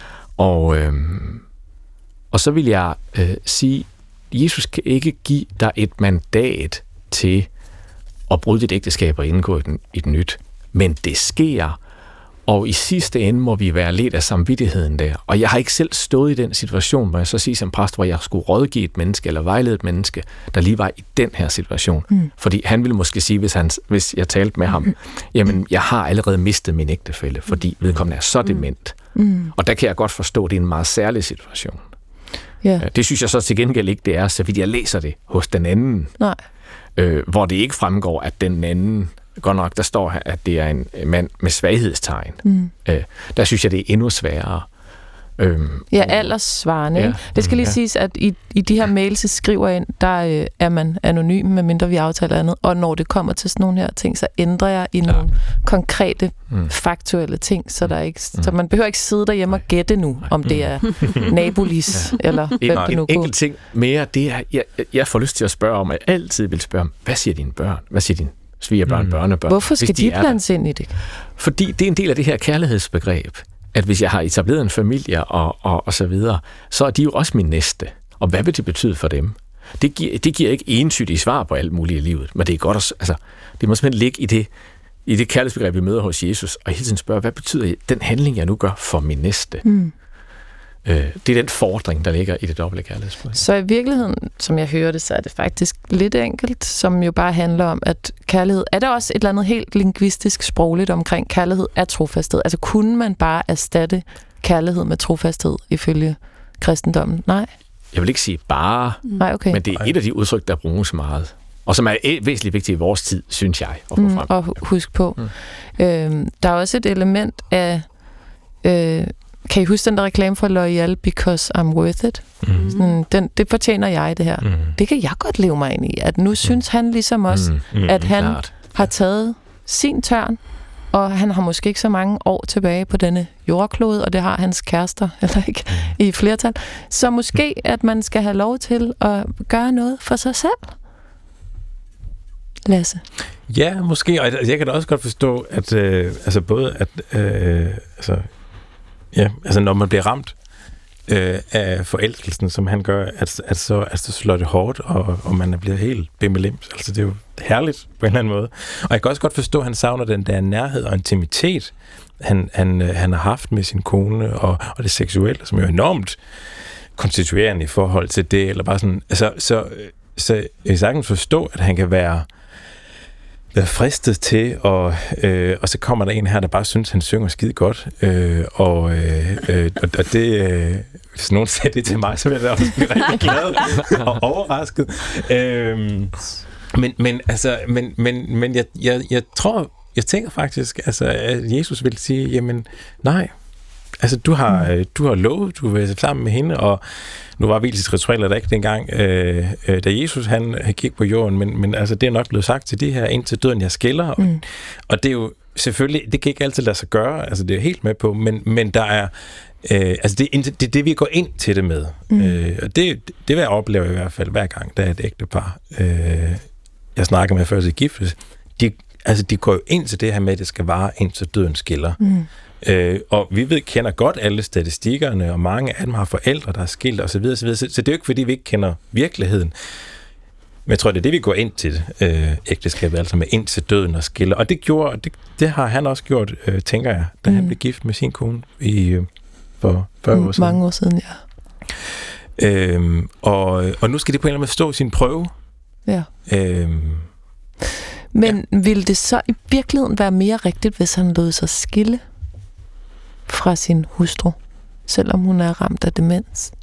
Og så vil jeg sige, Jesus kan ikke give dig et mandat til at bryde dit ægteskab og indgå i et nyt. Men det sker, og i sidste ende må vi være lidt af samvittigheden der. Og jeg har ikke selv stået i den situation, hvor jeg så siger som præst, hvor jeg skulle rådgive et menneske eller vejlede et menneske, der lige var i den her situation. Fordi han ville måske sige, hvis jeg talte med ham, jamen jeg har allerede mistet min ægtefælle, fordi vedkommende er så dement. Og der kan jeg godt forstå, at det er en meget særlig situation. Yeah. Det synes jeg så til gengæld ikke, det er, så vidt jeg læser det hos den anden. Nej. Hvor det ikke fremgår, at den anden, godt nok, der står her, at det er en mand med svaghedstegn. Der synes jeg, det er endnu sværere. Alderssvarende. Ja. Det skal lige siges, at i de her mails, jeg skriver ind, der er man anonym, medmindre vi aftaler andet. Og når det kommer til sådan nogle her ting, så ændrer jeg i nogle konkrete, faktuelle ting, så man behøver ikke sidde derhjemme og gætte nu, om det er nabolis, eller hvem det nu går. En enkelt ting mere, det er, jeg får lyst til at spørge om, at jeg altid vil spørge om, hvad siger dine børn? Hvad siger dine svigerbørn, børnebørn? Hvorfor skal de blandes ind i det? Fordi det er en del af det her kærlighedsbegreb, at hvis jeg har etableret en familie og så videre, så er de jo også min næste. Og hvad vil det betyde for dem? Det giver ikke entydige svar på alt muligt i livet, men det er godt at, altså, det må simpelthen ligge i det kærlighedsbegreb, vi møder hos Jesus, og hele tiden spørge, hvad betyder den handling, jeg nu gør for min næste? Det er den fordring, der ligger i det dobbelte kærlighedsbegreb. Så i virkeligheden, som jeg hører det, så er det faktisk lidt enkelt, som jo bare handler om, at kærlighed, er der også et eller andet helt lingvistisk sprogligt omkring kærlighed er trofasthed? Altså kunne man bare erstatte kærlighed med trofasthed ifølge kristendommen? Nej. Jeg vil ikke sige bare, okay. Men det er et af de udtryk, der bruges meget. Og som er væsentligt vigtigt i vores tid, synes jeg, at få frem. Og husk på. Der er også et element af... kan I huske den der reklame for L'Oreal, because I'm worth it? Det fortjener jeg, det her. Det kan jeg godt leve mig ind i. At nu synes han ligesom også, at han har taget sin tørn, og han har måske ikke så mange år tilbage på denne jordklode, og det har hans kærester eller ikke i flertal. Så måske, at man skal have lov til at gøre noget for sig selv. Lasse? Ja, måske. Og jeg kan da også godt forstå, at når man bliver ramt af forelskelsen, som han gør, at så slår det hårdt, og man bliver helt bimmelimps. Altså, det er jo herligt på en eller anden måde. Og jeg kan også godt forstå, at han savner den der nærhed og intimitet, han har haft med sin kone, og det seksuelle, som er jo enormt konstituerende i forhold til det, eller bare sådan, så jeg kan sagtens forstå, at han kan være fristet til, og så kommer der en her, der bare synes, han synger skide godt, og det, hvis nogen siger det til mig, så vil jeg da også blive rigtig glad og overrasket. Men jeg tænker faktisk, altså, at Jesus vil sige, jamen, nej, altså, du har lovet, du vil være sammen med hende, og nu var vielsesritualer der ikke dengang, da Jesus han gik på jorden, men altså, det er nok blevet sagt til de her, indtil døden jeg skiller, og det er jo selvfølgelig, det kan ikke altid lade sig gøre, altså det er helt med på, men der er, altså det er det, vi går ind til det med, og det vil jeg opleve i hvert fald, hver gang der er et ægtepar, jeg snakker med før til giftes, de går jo ind til det her med, at det skal vare indtil døden skiller. Og vi kender godt alle statistikkerne, og mange af dem har forældre, der er skilt osv. Så det er jo ikke, fordi vi ikke kender virkeligheden. Men jeg tror, det er det, vi går ind til ægteskabet, altså med ind til døden og skiller. Og det har han også gjort, tænker jeg, da han blev gift med sin kone for 40 år siden. Mange år siden, ja. Og nu skal det på en eller anden måde stå sin prøve. Ja. Men ville det så i virkeligheden være mere rigtigt, hvis han lod sig skille fra sin hustru, selvom hun er ramt af demens?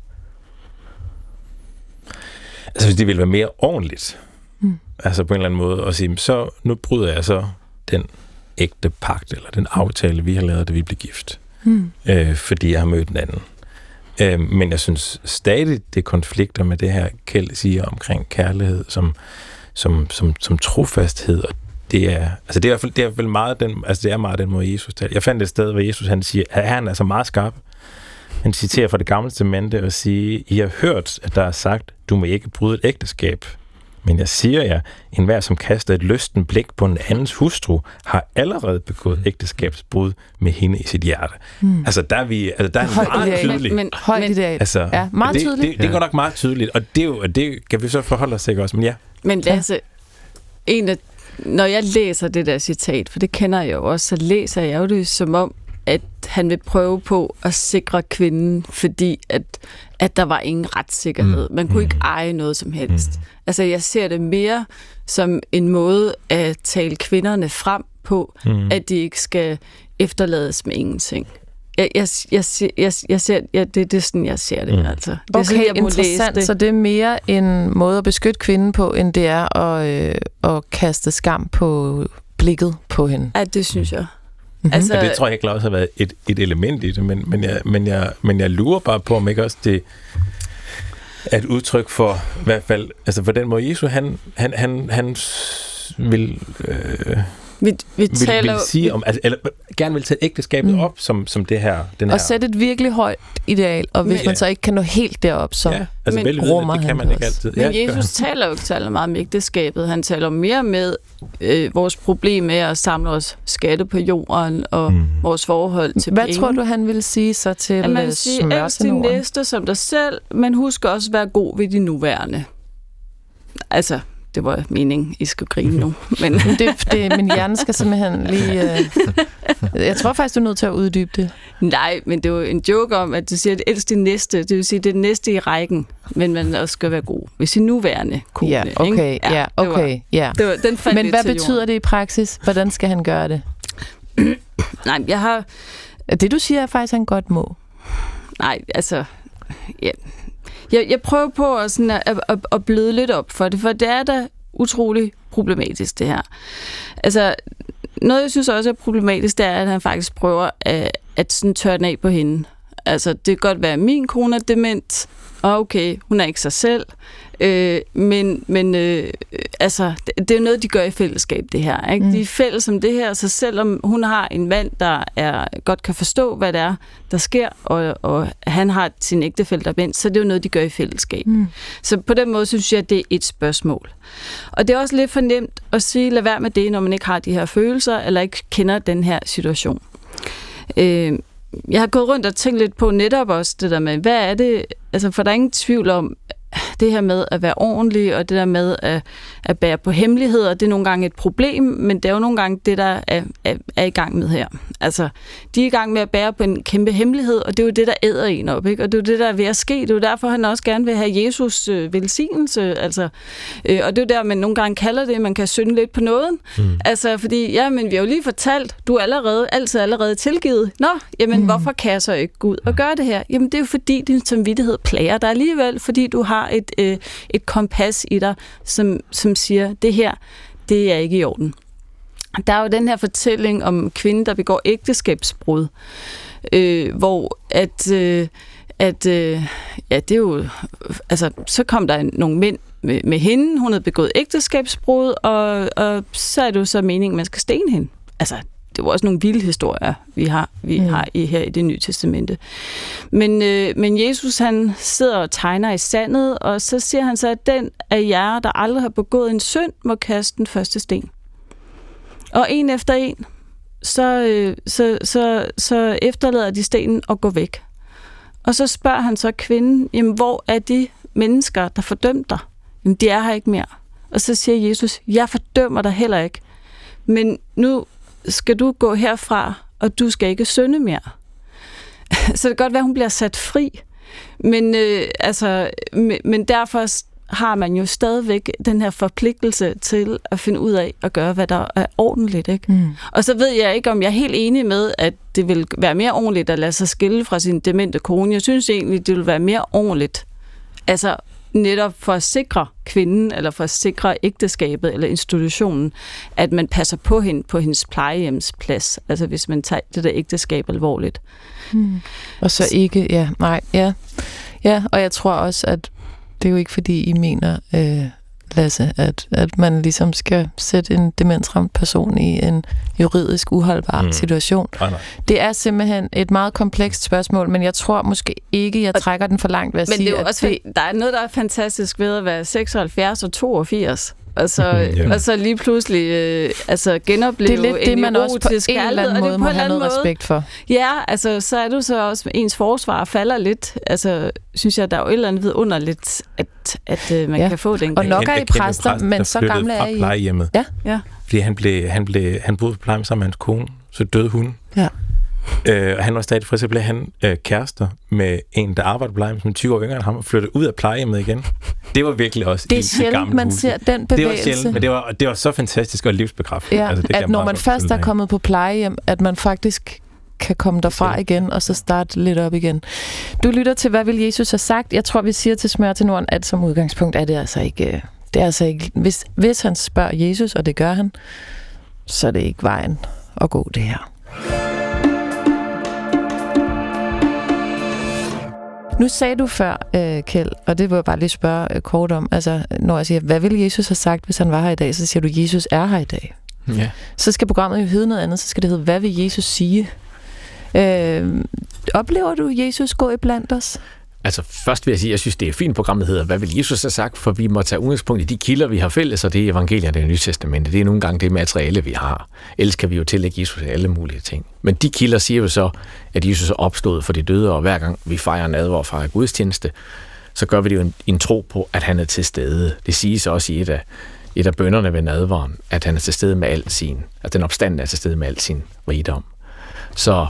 Altså, hvis det ville være mere ordentligt, altså på en eller anden måde, at sige, så nu bryder jeg så den ægte pagt, eller den aftale, vi har lavet, da vi blev gift. Fordi jeg har mødt den anden. Men jeg synes stadig, det konflikter med det her, Kjeld siger omkring kærlighed, som trofasthed, og det er i hvert fald meget den, altså det er meget den måde Jesus taler. Jeg fandt et sted, hvor Jesus han siger, at han er så meget skarp, Han citerer fra Det Gamle Testamente og siger, I har hørt, at der er sagt, du må ikke bryde et ægteskab. Men jeg siger jer, enhver som kaster et lysten blik på en andens hustru, har allerede begået ægteskabsbrud med hende i sit hjerte. Altså der er vi, der er meget tydeligt. Men højt ideal. Altså, ja, meget tydeligt. Det går nok meget tydeligt, og det kan vi så forholde os ikke også, men ja. Men Lasse, når jeg læser det der citat, for det kender jeg jo også, så læser jeg jo det som om, at han vil prøve på at sikre kvinden, fordi at der var ingen retssikkerhed. Man kunne ikke eje noget som helst. Altså, jeg ser det mere som en måde at tale kvinderne frem på, at de ikke skal efterlades med ingenting. Jeg ser, det er sådan, jeg ser det. Altså. Det er okay, sådan, jeg interessant. Det. Så det er mere en måde at beskytte kvinden på, end det er at kaste skam på blikket på hende. Ja, det synes jeg. Altså, det tror jeg ikke også har været et element i det, men jeg lurer bare på, om ikke også det er et udtryk for, i hvert fald, altså for den måde, Jesus, han vil... vil sige om, altså, eller gerne vil tage ægteskabet op som det her. Og sætte et virkelig højt ideal, og hvis man så ikke kan nå helt derop, så rummer det kan man ikke altid. Men Jesus taler jo ikke særlig meget om ægteskabet. Han taler mere med vores problem med at samle os skatte på jorden og vores forhold til penge. Hvad tror du, han vil sige så til at man siger, elsk din næste som dig selv, men husk også at være god ved de nuværende. Altså, det var meningen, I skal grine nu. Men min hjerne skal simpelthen lige... Jeg tror faktisk, du er nødt til at uddybe det. Nej, men det er jo en joke om, at du siger, at elsk din næste. Det vil sige, det er det næste i rækken, men man også skal være god ved sin nuværende kone. Ja, okay. Men hvad betyder det i praksis? Hvordan skal han gøre det? Nej, jeg har... Det, du siger, er faktisk, han godt må. Nej, altså... Ja. Jeg prøver på at bløde lidt op for det, for det er da utrolig problematisk, det her. Altså, noget, jeg synes også er problematisk, det er, at han faktisk prøver at sådan tørne af på hende. Altså, det kan godt være, at min kone er dement, og okay, hun er ikke sig selv, men altså, det er jo noget, de gør i fællesskab, det her. Ikke? De er fælles om det her, så selvom hun har en mand, der godt kan forstå, hvad det er, der sker, og han har sin ægtefælle, der er dement, så det er jo noget, de gør i fællesskab. Så på den måde synes jeg, at det er et spørgsmål. Og det er også lidt for nemt at sige, lad være med det, når man ikke har de her følelser, eller ikke kender den her situation. Jeg har gået rundt og tænkt lidt på netop også det der med, hvad er det, altså for der er ingen tvivl om, det her med at være ordentlig, og det der med at bære på hemmeligheder, det er nogle gange et problem, men det er jo nogle gange det, der er i gang med her. Altså, de er i gang med at bære på en kæmpe hemmelighed, og det er jo det, der æder en op, ikke? Og det er jo det, der er ved at ske. Det er jo derfor, han også gerne vil have Jesus velsignelse, altså. Og det er jo der, man nogle gange kalder det, man kan synde lidt på nåden. Altså, fordi, ja, men vi har jo lige fortalt, du er altid allerede tilgivet. Nå, jamen, hvorfor kan jeg så ikke gå ud og gøre det her? Jamen, det er jo fordi, din samvittighed plager dig alligevel, fordi du har et kompas i dig, som siger, det her, det er ikke i orden. Der er jo den her fortælling om kvinden, der begår ægteskabsbrud, hvor det er jo, altså, så kom der nogle mænd med hende, hun havde begået ægteskabsbrud, og så er det jo så meningen, man skal stene hende. Altså, det var også nogle vilde historier, vi har her i Det Nye Testamente. Men Jesus, han sidder og tegner i sandet, og så siger han så, at den af jer, der aldrig har begået en synd, må kaste den første sten. Og en efter en, så efterlader de stenen og går væk. Og så spørger han så kvinden, jamen, hvor er de mennesker, der fordømte dig? Jamen, de er her ikke mere. Og så siger Jesus, jeg fordømmer dig heller ikke. Men nu skal du gå herfra, og du skal ikke synde mere. Så det kan godt være, hun bliver sat fri. Men derfor har man jo stadigvæk den her forpligtelse til at finde ud af at gøre, hvad der er ordentligt. Ikke? Og så ved jeg ikke, om jeg er helt enig med, at det vil være mere ordentligt at lade sig skille fra sin demente kone. Jeg synes egentlig, det vil være mere ordentligt. Altså netop for at sikre kvinden, eller for at sikre ægteskabet eller institutionen, at man passer på hende på hendes plejehjemsplads. Altså hvis man tager det der ægteskab alvorligt. Og så ikke, ja, og jeg tror også, at det er jo ikke fordi, I mener, Lasse, at man ligesom skal sætte en demensramt person i en juridisk uholdbar situation. Nej. Det er simpelthen et meget komplekst spørgsmål, men jeg tror måske ikke, jeg trækker den for langt ved at sige, det er også, der er noget, der er fantastisk ved at være 76 og 82. Og så lige pludselig genopleve det er lidt en det, man også på en eller anden måde må have noget respekt for. Ja, altså så er du så også, ens forsvar falder lidt. Altså, synes jeg, der er jo et eller andet vidunderligt, at man kan få den. Og nok er I præster, men så gamle er I. Plejehjemmet. Ja. Fordi han boede på plejehjem sammen med hans kone, så døde hun. Ja. Og han var stadig frisk, så blev han kærester med en, der arbejdede på plejehjem, som 20 år yngre end ham, og flyttede ud af plejehjemmet igen. Det var virkelig også det er sjældent, man ser den bevægelse. Det var sjældent, men det var så fantastisk og livsbekræftende. Ja, altså, at når man først er kommet på plejehjem, at man faktisk kan komme derfra igen, og så starte lidt op igen. Du lytter til, hvad vil Jesus have sagt? Jeg tror, vi siger til Smør til Norden, at som udgangspunkt er det altså ikke... Hvis han spørger Jesus, og det gør han, så er det ikke vejen at gå det her. Nu sagde du før, Kjeld, og det vil jeg bare lige spørge kort om, altså når jeg siger, hvad ville Jesus have sagt, hvis han var her i dag, så siger du, Jesus er her i dag. Ja. Så skal programmet jo hedde noget andet, så skal det hedde, hvad vil Jesus sige? Oplever du Jesus gå iblandt os? Altså først vil jeg sige, at jeg synes, det er et fint program, der hedder, hvad vil Jesus have sagt? For vi må tage udgangspunkt i de kilder, vi har fælles, og det er evangeliet og det Nye Testamente. Det er nogle gange det materiale, vi har. Ellers kan vi jo tillægge Jesus alle mulige ting. Men de kilder siger jo så, at Jesus er opstået for de døde, og hver gang vi fejrer nadver og fejrer gudstjeneste, så gør vi det jo en tro på, at han er til stede. Det siges også i et af bønnerne ved nadveren, at han er til stede med al sin, at den opstanden er til stede med al sin rigdom. Så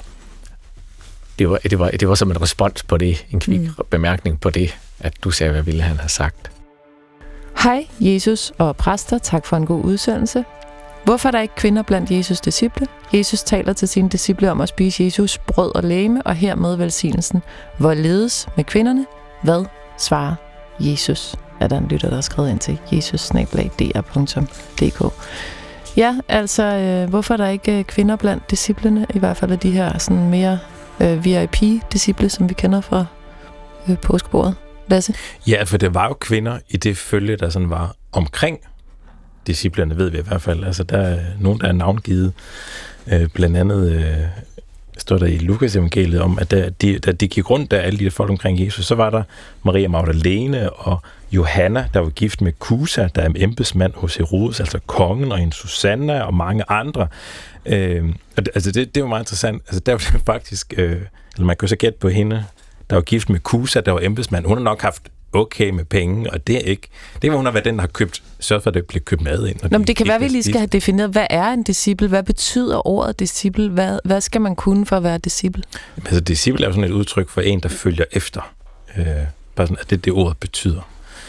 det var som en respons på det, en kvik bemærkning på det, at du sagde, hvad ville han have sagt. Hej Jesus og præster, tak for en god udsendelse. Hvorfor er der ikke kvinder blandt Jesus' disciple? Jesus taler til sine disciple om at spise Jesus brød og legeme, og hermed velsignelsen. Hvorledes med kvinderne? Hvad svarer Jesus? Er der en lytter, der har skrevet ind til jesus@dr.dk. Ja, altså, hvorfor er der ikke kvinder blandt disciplene? I hvert fald af de her sådan mere VIP-disciple, som vi kender fra påskebordet. Lasse? Ja, for det var jo kvinder i det følge, der sådan var omkring disciplerne, ved vi i hvert fald. Altså, der er nogen, der er navngivet. Blandt andet står der i Lukas evangeliet om, at da de gik rundt, der alle de folk omkring Jesus, så var der Maria Magdalene og Johanna, der var gift med Kusa, der er embedsmand hos Herodes, altså kongen, og en Susanna og mange andre. Altså det var meget interessant. Altså der var det faktisk, eller man kan så gætte på hende, der var gift med Kusa, der var embedsmand. Hun har nok haft okay med penge, og det er ikke. Det var hun har været den, der har sørget for, at det bliver købt mad ind. Nå, men det kan være, at vi lige skal have defineret, hvad er en disciple? Hvad betyder ordet disciple? Hvad skal man kunne for at være disciple? Altså disciple er jo sådan et udtryk for en, der følger efter. Bare sådan, at det ordet betyder.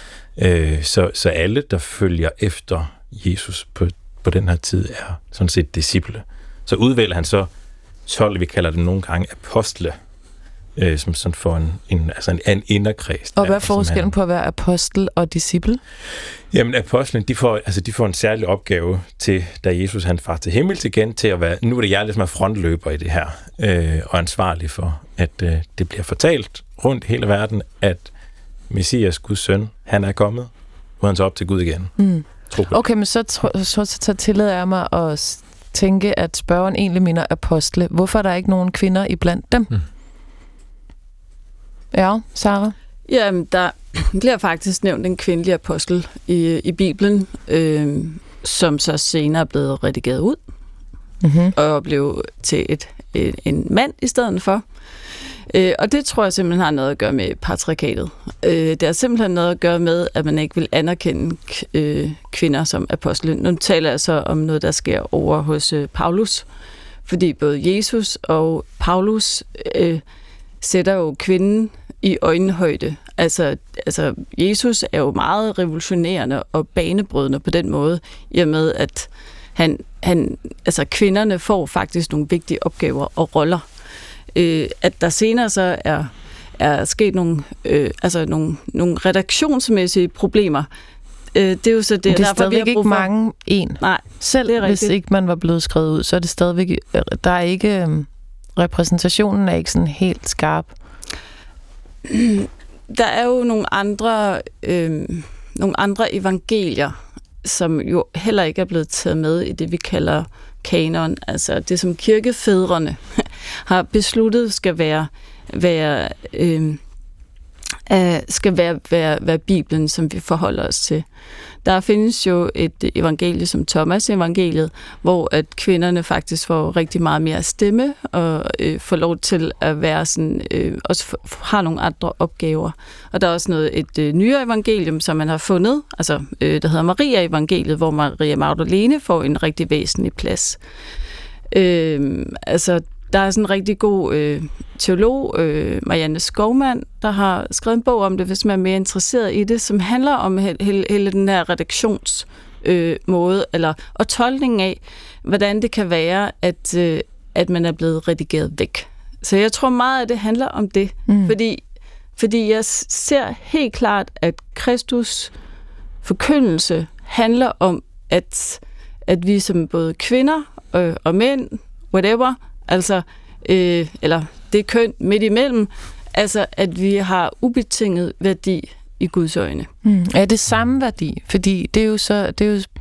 Så alle, der følger efter Jesus på den her tid, er sådan set disciple. Så udvælger han så 12, vi kalder det nogle gange apostle, som sådan får en inderkreds. Og hvad er forskellen på at være apostel og disciple? Jamen, apostlen, de får en særlig opgave til, da Jesus han far til himmel igen, til at være, nu er det jeg, som er frontløber i det her, og ansvarlig for, at det bliver fortalt rundt i hele verden, at Messias, Guds søn, han er kommet, og han så op til Gud igen. Okay, men så tillader jeg mig at tænke, at spørgeren egentlig mener apostle. Hvorfor er der ikke nogen kvinder iblandt dem? Ja, Sarah? Jamen, der bliver faktisk nævnt en kvindelig apostel i Bibelen, som så senere er blevet redigeret ud, og blev til en mand i stedet for. Og det tror jeg simpelthen har noget at gøre med patriarkatet. Det har simpelthen noget at gøre med, at man ikke vil anerkende kvinder som apostle. Nu taler jeg så om noget, der sker over hos Paulus, fordi både Jesus og Paulus sætter jo kvinden i øjenhøjde. Altså Jesus er jo meget revolutionerende og banebrydende på den måde, i og med at kvinderne får faktisk nogle vigtige opgaver og roller. At der senere så er sket nogle redaktionsmæssige problemer. Det er jo så det, er stadigvæk ikke mange en. Nej, selv hvis ikke man var blevet skrevet ud, så er det stadigvæk, der er ikke, repræsentationen er ikke sådan helt skarp. Der er jo nogle andre nogle andre evangelier, som jo heller ikke er blevet taget med i det, vi kalder kanon. Altså det, som kirkefædrene har besluttet skal være Bibelen, som vi forholder os til. Der findes jo et evangelie som Thomas-evangeliet, hvor at kvinderne faktisk får rigtig meget mere stemme og får lov til at være sådan, også har nogle andre opgaver. Og der er også et nyere evangelium, som man har fundet, altså der hedder Maria-evangeliet, hvor Maria Magdalene får en rigtig væsentlig plads. Der er sådan en rigtig god teolog, Marianne Skovmand, der har skrevet en bog om det, hvis man er mere interesseret i det, som handler om hele den her redaktionsmåde, og tolkningen af, hvordan det kan være, at man er blevet redigeret væk. Så jeg tror meget, at det handler om det, fordi jeg ser helt klart, at Kristus forkyndelse handler om, at vi som både kvinder og mænd, whatever, altså, eller det køn midt imellem, altså at vi har ubetinget værdi i Guds øjne. Er det samme værdi? Fordi det er jo så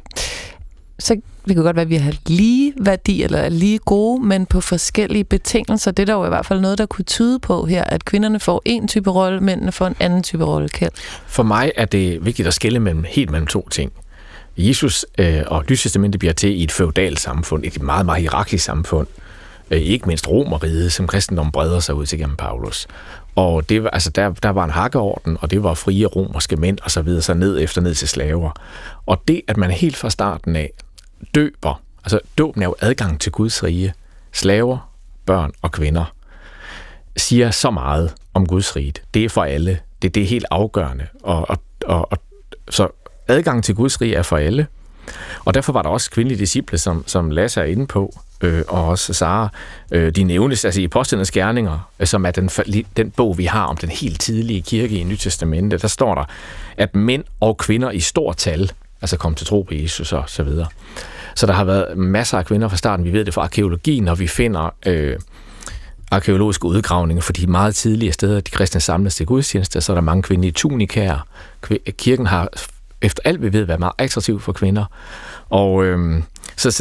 det kan godt være, at vi har lige værdi, eller er lige gode, men på forskellige betingelser. Det er der jo i hvert fald noget, der kunne tyde på her, at kvinderne får en type rolle, mændene får en anden type rolle. Kjeld? For mig er det vigtigt at skelne mellem to ting. Jesus og Nye Testamentet bliver til i et feudalt samfund, et meget, meget hierarkisk samfund. Ikke mindst Romerriget, som kristendommen breder sig ud til gennem Paulus. Og det var, altså der var en hakkeorden, og det var frie romerske mænd og så videre, så ned til slaver. Og det, at man helt fra starten af døber, altså dåben er jo adgang til Guds rige, slaver, børn og kvinder, siger så meget om Guds rige. Det er for alle. Det er helt afgørende. Og så adgang til Guds rige er for alle. Og derfor var der også kvindelige disciple, som Lasse er inde på, og også Sara, de nævnes altså i Apostlenes Gerninger, som er den bog, vi har om den helt tidlige kirke i Nye Testamentet. Der står der, at mænd og kvinder i stort tal, altså kom til tro på Jesus og så videre. Så der har været masser af kvinder fra starten. Vi ved det fra arkeologien, når vi finder arkeologiske udgravninger for de meget tidlige steder, de kristne samles til gudstjeneste, så er der mange kvindelige tunikaer. Kirken har efter alt vi ved været meget attraktiv for kvinder. Og så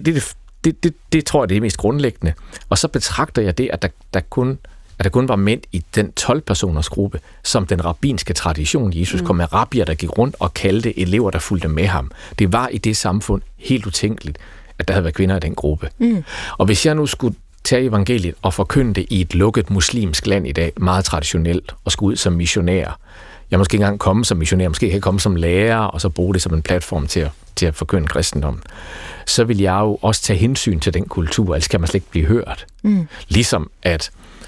det tror jeg, det er mest grundlæggende. Og så betragter jeg det, at der kun var mænd i den 12-personers gruppe, som den rabbinske tradition. Jesus kom med rabbier, der gik rundt og kaldte elever, der fulgte med ham. Det var i det samfund helt utænkeligt, at der havde været kvinder i den gruppe. Og hvis jeg nu skulle tage evangeliet og forkynde det i et lukket muslimsk land i dag, meget traditionelt, og skulle ud som missionær, jeg måske ikke engang komme som missionær, måske ikke komme som lærer, og så bruge det som en platform til at forkynde kristendommen, så vil jeg jo også tage hensyn til den kultur, ellers kan man slet ikke blive hørt. Ligesom at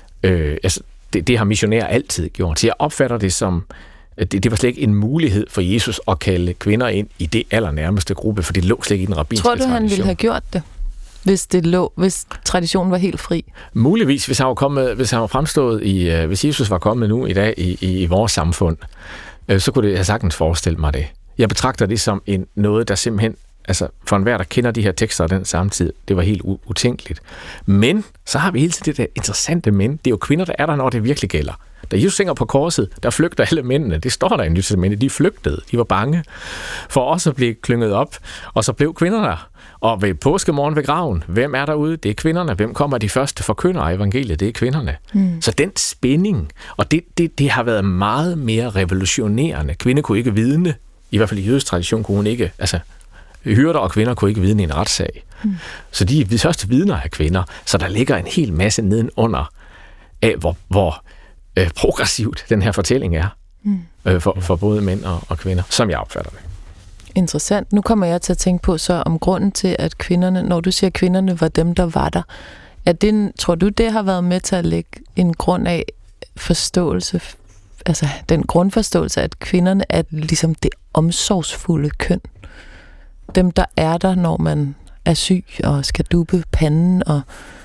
det har missionærer altid gjort. Så jeg opfatter det som, det var slet ikke en mulighed for Jesus at kalde kvinder ind i det allernærmeste gruppe, for det lå slet ikke i den rabbinske tradition. Tror du, han ville have gjort det? Hvis traditionen var helt fri? Muligvis, hvis han var fremstået hvis Jesus var kommet nu i dag i vores samfund, så kunne det have sagtens forestille mig det. Jeg betragter det som noget, der simpelthen, altså for enhver, der kender de her tekster af den samtid, det var helt utænkeligt. Men så har vi hele tiden det der interessante men. Det er jo kvinder, der er der, når det virkelig gælder. Da Jesus hænger på korset, der flygter alle mændene. Det står der i Nye Testamentet. De flygtede. De var bange for også at blive klynget op. Og så blev kvinder der. Og ved påskemorgen ved graven, hvem er derude? Det er kvinderne. Hvem kommer de første forkyndere af evangeliet? Det er kvinderne. Så den spænding, og det har været meget mere revolutionerende. Kvinder kunne ikke vidne, i hvert fald i jødisk tradition kunne hun ikke, altså hyrder og kvinder kunne ikke vidne i en retssag. Så de er de første vidner af kvinder. Så der ligger en hel masse nedenunder af, hvor progressivt den her fortælling er for både mænd og kvinder, som jeg opfatter det. Interessant. Nu kommer jeg til at tænke på så om grunden til, at kvinderne, når du siger, at kvinderne var dem, der var der, tror du, det har været med til at lægge en grund af forståelse, altså den grundforståelse, at kvinderne er ligesom det omsorgsfulde køn? Dem, der er der, når man er syg og skal duppe panden og...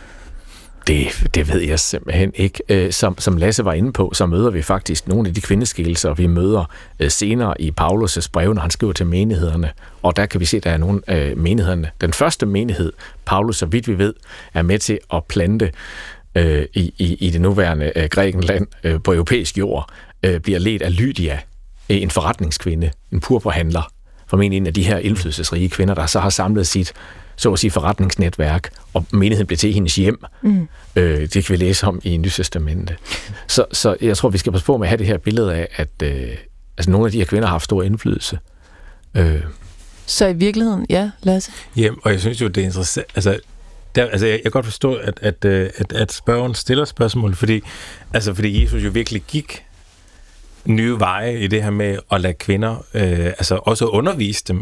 Det ved jeg simpelthen ikke. Som Lasse var inde på, så møder vi faktisk nogle af de kvindeskikkelser, vi møder senere i Paulus' brev, når han skriver til menighederne. Og der kan vi se, at der er nogle af menighederne. Den første menighed, Paulus, så vidt vi ved, er med til at plante i det nuværende Grækenland på europæisk jord, bliver ledt af Lydia, en forretningskvinde, en purpurhandler, formentlig en af de her indflydelsesrige kvinder, der så har samlet sit, så at sige, forretningsnetværk, og menigheden blev til hendes hjem. Det kan vi læse om i Nye Testamente. Så jeg tror, vi skal passe på med at have det her billede af, at altså, nogle af de her kvinder har haft stor indflydelse. Så i virkeligheden, ja, Lasse? Jamen, og jeg synes jo, det er interessant. Jeg kan godt forstå, at spørgeren stiller spørgsmål, fordi Jesus jo virkelig gik nye veje i det her med at lade kvinder også undervise dem.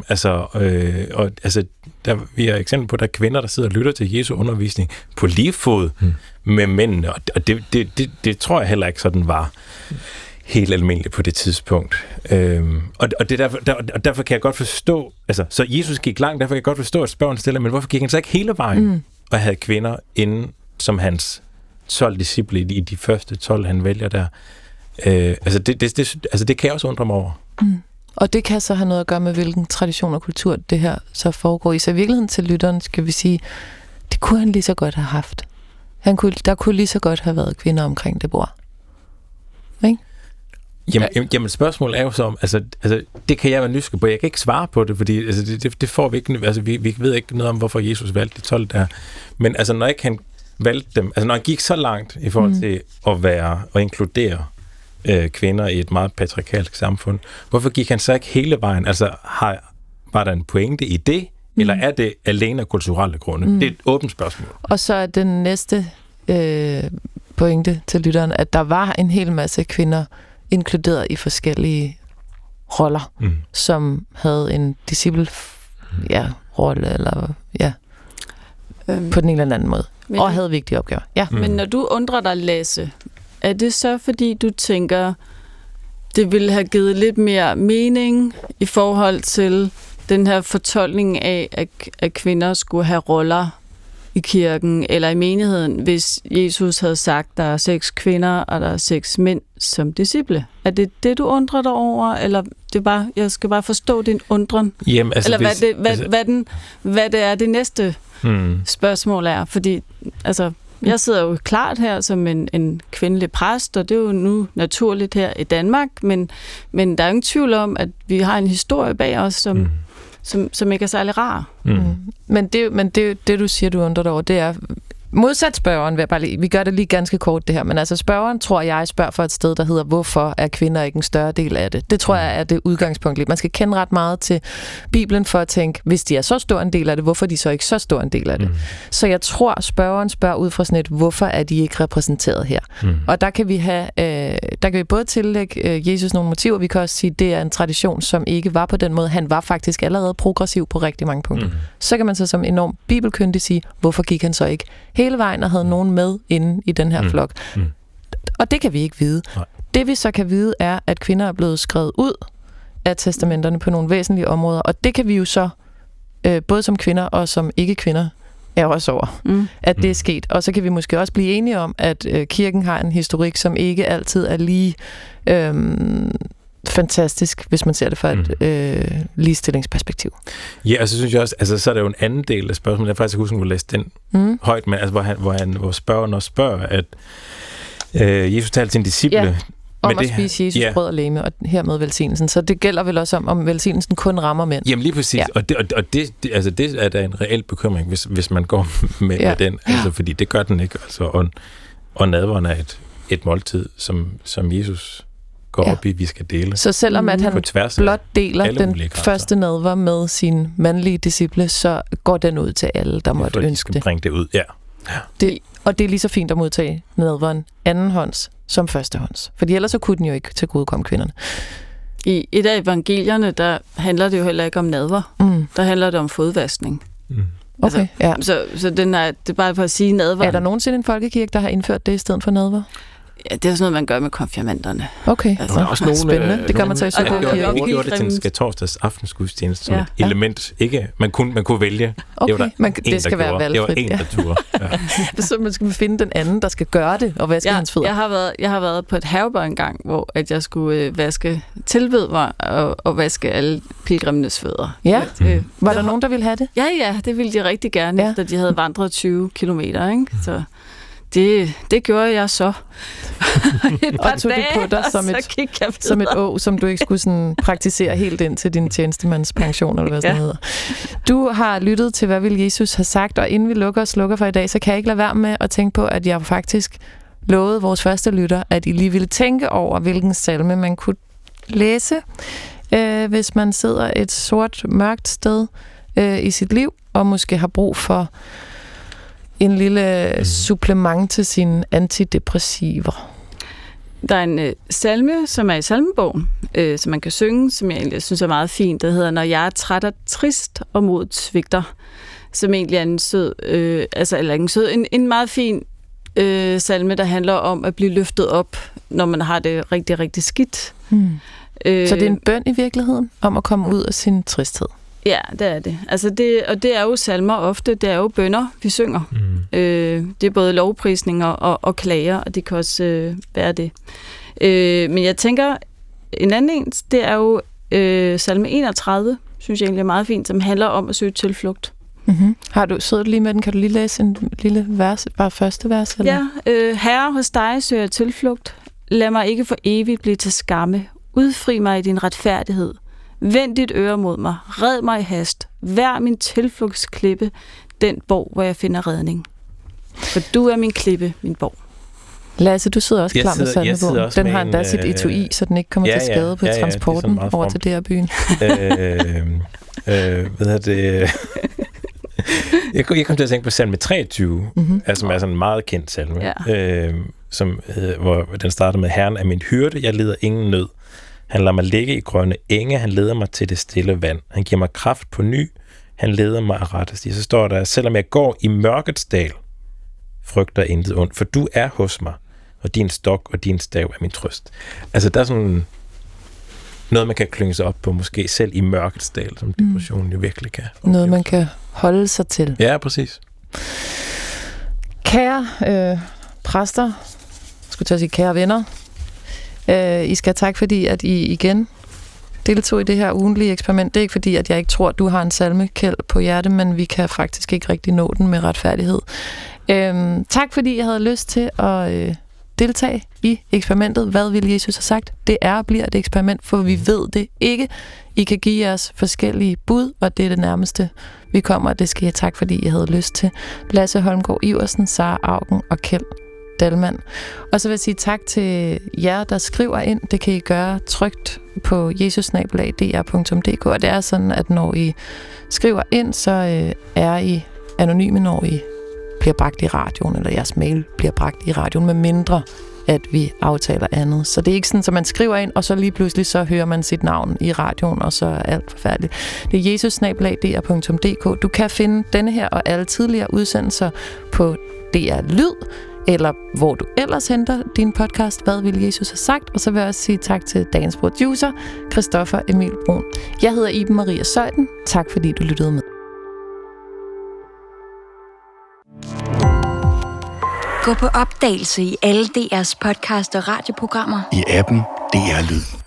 Vi har eksempel på, at der er kvinder, der sidder og lytter til Jesu undervisning på lige fod med mændene, og det tror jeg heller ikke sådan var helt almindeligt på det tidspunkt. Og derfor kan jeg godt forstå, så Jesus gik langt, derfor kan jeg godt forstå, at spørgeren stiller, men hvorfor gik han så ikke hele vejen og havde kvinder inden som hans 12 disciple i de første 12, han vælger der? Det kan jeg også undre mig over. Og det kan så have noget at gøre med, hvilken tradition og kultur det her så foregår i. Så i virkeligheden til lytteren skal vi sige, det kunne han lige så godt have haft. Der kunne lige så godt have været kvinder omkring det bord. Ikke? Jamen spørgsmålet er jo så om, det kan jeg være nysgerrig på. Jeg kan ikke svare på det, fordi det får vi ikke. Vi ved ikke noget om, hvorfor Jesus valgte de 12 der. Men når ikke han valgte dem, når han gik så langt i forhold til at inkludere kvinder i et meget patriarkalsk samfund, hvorfor gik han så ikke hele vejen? Var der en pointe i det, eller er det alene af kulturelle grunde? Det er et åbent spørgsmål. Og så er den næste pointe til lytteren, at der var en hel masse kvinder inkluderet i forskellige roller, som havde en disciple-rolle, eller på den ene eller anden måde, og havde vigtige opgaver. Ja. Men når du undrer dig, Lasse, er det så, fordi du tænker, det ville have givet lidt mere mening i forhold til den her fortolkning af, at kvinder skulle have roller i kirken eller i menigheden, hvis Jesus havde sagt, at der er 6 kvinder, og der er 6 mænd som disciple? Er det det, du undrer dig over, eller jeg skal bare forstå din undren? Jamen, eller hvad det er, det næste spørgsmål er? Fordi, jeg sidder jo klart her som en kvindelig præst, og det er jo nu naturligt her i Danmark, men der er ingen tvivl om, at vi har en historie bag os, som ikke er særlig rar. Men det, du siger, du undrer dig over, det er modsat spørgeren, vi gør det lige ganske kort det her, men spørgeren, tror jeg, spørger for et sted, der hedder, hvorfor er kvinder ikke en større del af det? Det tror jeg er det udgangspunkt. Man skal kende ret meget til Bibelen for at tænke, hvis de er så stor en del af det, hvorfor er de så ikke så stor en del af det? Så jeg tror, spørgeren spørger ud fra sådan et, hvorfor er de ikke repræsenteret her? Og der kan vi både tillægge Jesus nogle motiver, vi kan også sige, det er en tradition, som ikke var på den måde. Han var faktisk allerede progressiv på rigtig mange punkter. Så kan man så som enormt bibelkyndig sige, hvorfor gik han så ikke hele vejen og havde nogen med inde i den her flok. Og det kan vi ikke vide. Nej. Det vi så kan vide er, at kvinder er blevet skrevet ud af testamenterne på nogle væsentlige områder, og det kan vi jo så, både som kvinder og som ikke-kvinder, er også over, at det er sket. Og så kan vi måske også blive enige om, at kirken har en historik, som ikke altid er lige fantastisk, hvis man ser det fra et ligestillingsperspektiv. Ja, og så synes jeg også, så er der jo en anden del af spørgsmålet. Jeg faktisk ikke huske, at du læste den højt, men hvor spørgeren også spørger, at Jesus talte til en disciple. Om at spise Jesus brød og legeme, og hermed velsignelsen. Så det gælder vel også om velsignelsen kun rammer mænd. Jamen lige præcis. Ja. Og det er da en reel bekymring, hvis man går med den. Fordi det gør den ikke. Og nadveren er et måltid, som Jesus går op i, vi skal dele. Så selvom at han blot deler den første nadver med sine mandlige disciple, så går den ud til alle, der måtte ønske det. Bringe det ud, Og det er lige så fint at modtage nadveren andenhånds som førstehånds. Fordi ellers så kunne den jo ikke til gode komme kvinderne. I et af evangelierne, der handler det jo heller ikke om nadver. Der handler det om fodvaskning. Okay, Så det er bare for at sige nadver. Er der nogensinde en folkekirke, der har indført det i stedet for nadver? Ja, det er sådan noget, man gør med konfirmanderne. Okay, også nogle, spændende. Det gør man så i Søborg. Vi gjorde det til en skatorsdags aftensgudstjeneste som et element. Ikke, man kunne vælge. Okay, det skal være valgfrit. Det var en, der turde. Så man skal finde den anden, der skal gøre det, og vaske hans fødder. Jeg har været på et herberg engang, hvor at jeg skulle tilbede mig og vaske alle pilgrimmenes fødder. Ja, var der nogen, der ville have det? Ja, det ville de rigtig gerne, efter de havde vandret 20 kilometer, ikke? Så Det gjorde jeg så. Og tog det på dig som et å, som du ikke skulle sådan praktisere helt ind til din tjenestemandspension, eller hvad sådan hedder. Du har lyttet til, hvad vil Jesus have sagt, og inden vi lukker og slukker for i dag, så kan jeg ikke lade være med at tænke på, at jeg faktisk lovede vores første lytter, at I lige ville tænke over, hvilken salme man kunne læse, hvis man sidder et sort, mørkt sted i sit liv, og måske har brug for en lille supplement til sine antidepressiver. Der er en salme, som er i salmebogen, som man kan synge, som jeg egentlig synes er meget fint. Der hedder, Når jeg er træt og trist og modet svigter, som egentlig er en sød, en meget fin salme, der handler om at blive løftet op, når man har det rigtig, rigtig skidt. Så det er en bøn i virkeligheden, om at komme ud af sin tristhed? Ja, det er det. Altså det er jo salmer ofte, det er jo bønner, vi synger. Det er både lovprisninger og klager, og det kan også være det. Men jeg tænker, en anden en, det er jo salme 31, synes jeg egentlig er meget fint, som handler om at søge tilflugt. Har du siddet lige med den? Kan du lige læse en lille vers, bare første vers? Eller? Ja, Herre, hos dig søger jeg tilflugt. Lad mig ikke for evigt blive til skamme. Udfri mig i din retfærdighed. Vend dit øre mod mig. Red mig i hast. Vær min tilflugtsklippe, den borg, hvor jeg finder redning. For du er min klippe, min borg. Lasse, du sidder også klar med salmebogen. Den har endda sit etui, så den ikke kommer til skade på transporten over til DR-byen. Jeg kom til at tænke på salme 23, som er sådan en meget kendt salme, hvor den starter med, Herren er min hyrde, jeg lider ingen nød. Han lader mig ligge i grønne enge, han leder mig til det stille vand. Han giver mig kraft på ny, han leder mig af rette sti. Så står der, selvom jeg går i mørkets dal, frygter intet ondt, for du er hos mig, og din stok og din stav er min trøst. Altså, der er sådan noget, man kan klynge sig op på, måske selv i mørkets dal, som depressionen jo virkelig kan. Noget, man kan holde sig til. Ja, præcis. Kære præster, skulle til at sige kære venner, I skal have tak, fordi at I igen deltog i det her ugentlige eksperiment. Det er ikke fordi, at jeg ikke tror, at du har en salmekæld på hjerte, men vi kan faktisk ikke rigtig nå den med retfærdighed. Tak, fordi jeg havde lyst til at deltage i eksperimentet. Hvad vil Jesus have sagt? Det er og bliver et eksperiment, for vi ved det ikke. I kan give jeres forskellige bud, og det er det nærmeste, vi kommer. Det skal jeg tak, fordi jeg havde lyst til. Lasse Holmgaard Iversen, Sara Augen og Kjeld Dalman. Og så vil jeg sige tak til jer, der skriver ind. Det kan I gøre trygt på jesus@dr.dk, og det er sådan, at når I skriver ind, så er I anonyme, når I bliver bragt i radioen, eller jeres mail bliver bragt i radioen, med mindre at vi aftaler andet. Så det er ikke sådan, at man skriver ind, og så lige pludselig så hører man sit navn i radioen, og så er alt forfærdeligt. Det er jesus@dr.dk. Du kan finde denne her og alle tidligere udsendelser på DR Lyd, eller hvor du ellers henter din podcast, Hvad vil Jesus have sagt? Og så vil jeg også sige tak til dagens producer, Christoffer Emil Brun. Jeg hedder Iben Maria Søjden. Tak fordi du lyttede med. Gå på opdagelse i alle DR's podcast og radioprogrammer. I appen DR Lyd.